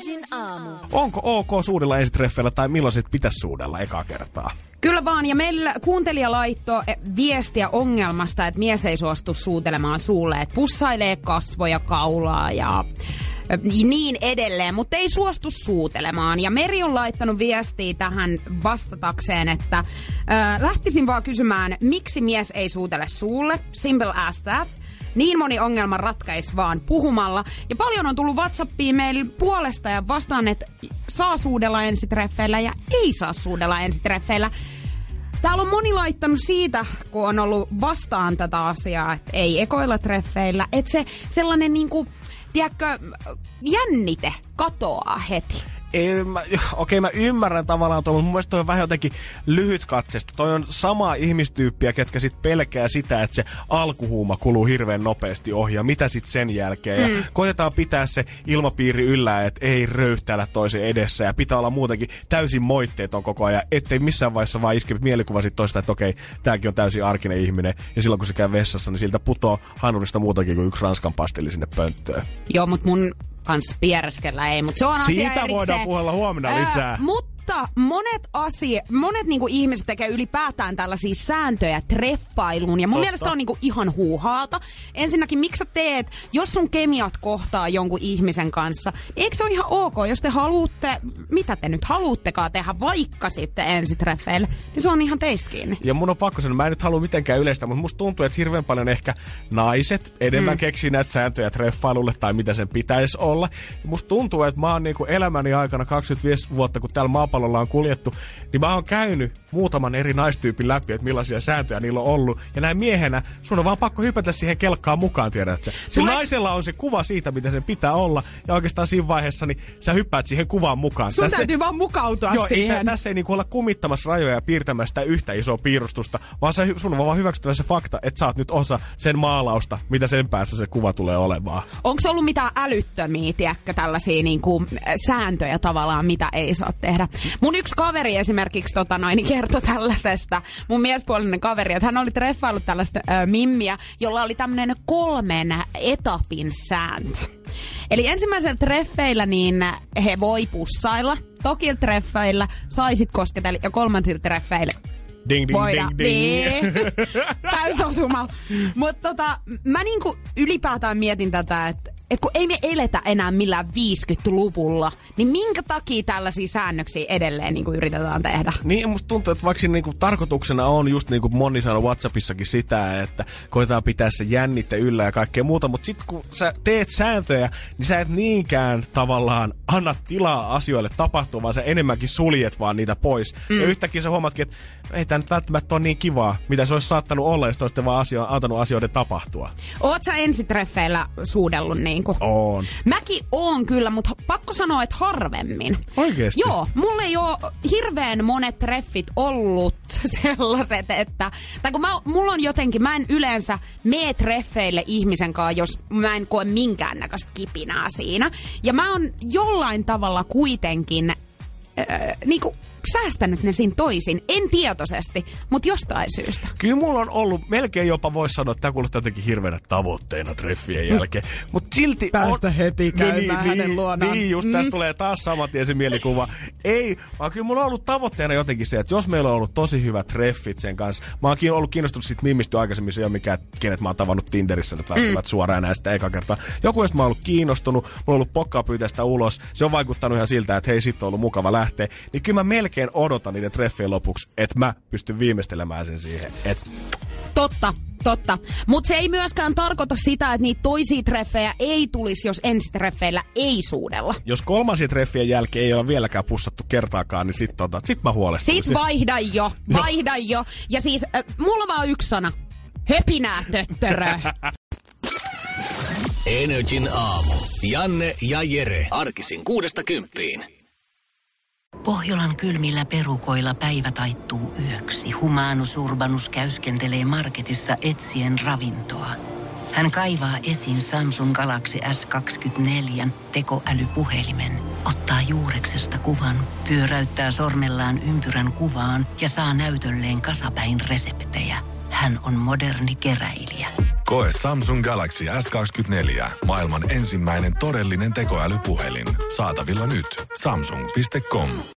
Onko ok suudella ensitreffeillä tai milloin sit pitäisi suudella ekaa kertaa? Kyllä vaan, ja meillä kuuntelija laittoi viestiä ongelmasta, että mies ei suostu suutelemaan suulle, että pussailee kasvoja, kaulaa ja niin edelleen, mutta ei suostu suutelemaan. Ja Meri on laittanut viestiä tähän vastatakseen, että lähtisin vaan kysymään, miksi mies ei suutele suulle, simple as that. Niin moni ongelma ratkaisi vaan puhumalla. Ja paljon on tullut WhatsAppiin meille puolesta ja vastaan, että saa suudella ensitreffeillä ja ei saa suudella ensitreffeillä. Täällä on moni laittanut siitä, kun on ollut vastaan tätä asiaa, että ei ekoilla treffeillä. Että se sellainen niinku, tiedätkö, jännite katoaa heti. Mä ymmärrän tavallaan tuon, mutta mun mielestä toi on vähän jotenkin lyhytkatsesta. Toi on samaa ihmistyyppiä, ketkä sit pelkää sitä, että se alkuhuuma kuluu hirveän nopeasti ohi ja mitä sit sen jälkeen. Ja koitetaan pitää se ilmapiiri yllä, että ei röyhtäillä toisen edessä ja pitää olla muutenkin täysin moitteeton koko ajan, ettei missään vaiheessa vaan iske mielikuva sit toista, että okei, tääkin on täysin arkinen ihminen ja silloin kun se käy vessassa, niin siltä putoo hanurista muutakin kuin yksi ranskan pastilli sinne pönttöön. Joo, mut mun kanssa piereskellä ei, mutta se on asia siitä voidaan puhella huomenna lisää. Mutta monet niinku ihmiset tekee ylipäätään tällaisia sääntöjä treffailuun, ja mun mielestä on niinku ihan huuhaata. Ensinnäkin, miksi sä teet, jos sun kemiat kohtaa jonkun ihmisen kanssa, niin eikö se ole ihan ok, jos te haluatte, mitä te nyt haluuttekaan tehdä, vaikka sitten ensitreffeille, niin se on ihan teistä kiinni. Ja mun on pakko sanoa, mä en nyt halua mitenkään yleistä, mutta musta tuntuu, että hirveän paljon ehkä naiset enemmän keksii näitä sääntöjä treffailulle tai mitä sen pitäisi olla. Ja musta tuntuu, että mä oon niinku elämäni aikana 25 vuotta, kun täällä maapallolla on kuljettu, niin mä oon käynyt muutaman eri naistyypin läpi, että millaisia sääntöjä niillä on ollut. Ja näin miehenä sun on vaan pakko hypätä siihen kelkkaan mukaan, tiedätkö? Sillä naisella on se kuva siitä, mitä sen pitää olla, ja oikeastaan siinä vaiheessa niin sä hyppäät siihen kuvaan mukaan. Sun täytyy vaan mukautua siihen. Tässä ei niinku olla kumittamassa rajoja ja piirtämässä sitä yhtä isoa piirustusta, vaan sun on vaan hyväksyttävä se fakta, että sä oot nyt osa sen maalausta, mitä sen päässä se kuva tulee olemaan. Onko se ollut mitään älyttömiä, tiedätkö, tällaisia niinku sääntöjä tavallaan, mitä ei saa tehdä? Mun yksi kaveri esimerkiksi kertoi tällaisesta, mun miespuolinen kaveri, että hän oli treffaillut tällaista mimmiä, jolla oli tämmönen 3 etapin sääntö. Eli ensimmäisellä treffeillä niin he voi pussailla, tokilla treffeillä saisit kosketella ja kolmansilla treffeillä ding, ding, ding, ding. Täysosuma. Mutta mä niinku ylipäätään mietin tätä, että kun ei me eletä enää millään 50-luvulla, niin minkä takia tällaisia säännöksiä edelleen niin kuin yritetään tehdä? Niin, musta tuntuu, että vaikka niin kuin tarkoituksena on just niin kuin moni sanoi WhatsAppissakin sitä, että koitetaan pitää se jännite yllä ja kaikkea muuta, mutta sitten kun sä teet sääntöjä, niin sä et niinkään tavallaan anna tilaa asioille tapahtua, vaan sä enemmänkin suljet vaan niitä pois. Ja yhtäkkiä sä huomaatkin, että ei tää nyt välttämättä ole niin kivaa, mitä se olisi saattanut olla, jos te olisitte vaan antanut asioiden tapahtua. Oot sä ensitreffeillä suudellut niin? Oon. Mäkin oon kyllä, mutta pakko sanoa, että harvemmin. Oikeesti? Joo, mulla ei oo hirveän monet treffit ollut sellaiset, että... Tai kun mulla on jotenkin, mä en yleensä mene treffeille ihmisen kanssa, jos mä en koe minkäännäköistä kipinää siinä. Ja mä oon jollain tavalla kuitenkin niinku säästänyt ne siinä toisin? En tietoisesti, mutta jostain syystä. Kyllä mulla on ollut, melkein jopa voisi sanoa, että tämä kuulostaa jotenkin hirveänä tavoitteena treffien jälkeen. Mutta silti päästä heti käymään hänen luonaan. Niin, just tästä tulee taas saman tien se mielikuva. Ei, vaan kyllä mulla on ollut tavoitteena jotenkin se, että jos meillä on ollut tosi hyvät treffit sen kanssa. Mä oon ollut kiinnostunut siitä mimistä aikaisemmin, se ei ole mikään, kenet mä oon tavannut Tinderissä nyt välttämättä suoraan näistä eka kertaa. Joku, josta mä oon ollut kiinnostunut, mulla on ollut pokkaa pyytää sitä ulos. Se on vaikuttanut ihan siltä, että hei, sit on ollut mukava lähteä. Niin kyllä mä melkein odotan niiden treffien lopuksi, että mä pystyn viimeistelemään sen siihen. Totta. Mutta se ei myöskään tarkoita sitä, että niitä toisia treffejä ei tulisi, jos ensitreffeillä ei suudella. Jos kolmansien treffien jälkeen ei ole vieläkään pussattu kertaakaan, niin sit mä huolestuisin. Sit vaihda jo. Ja siis, mulla vaan yksi sana. Höpinää, töttörö. Energin aamu. Janne ja Jere. Arkisin 6–10. Pohjolan kylmillä perukoilla päivä taittuu yöksi. Humanus Urbanus käyskentelee marketissa etsien ravintoa. Hän kaivaa esiin Samsung Galaxy S24 tekoälypuhelimen, ottaa juureksesta kuvan, pyöräyttää sormellaan ympyrän kuvaan ja saa näytölleen kasapäin reseptejä. Hän on moderni keräilijä. Koe Samsung Galaxy S24. Maailman ensimmäinen todellinen tekoälypuhelin. Saatavilla nyt. Samsung.com.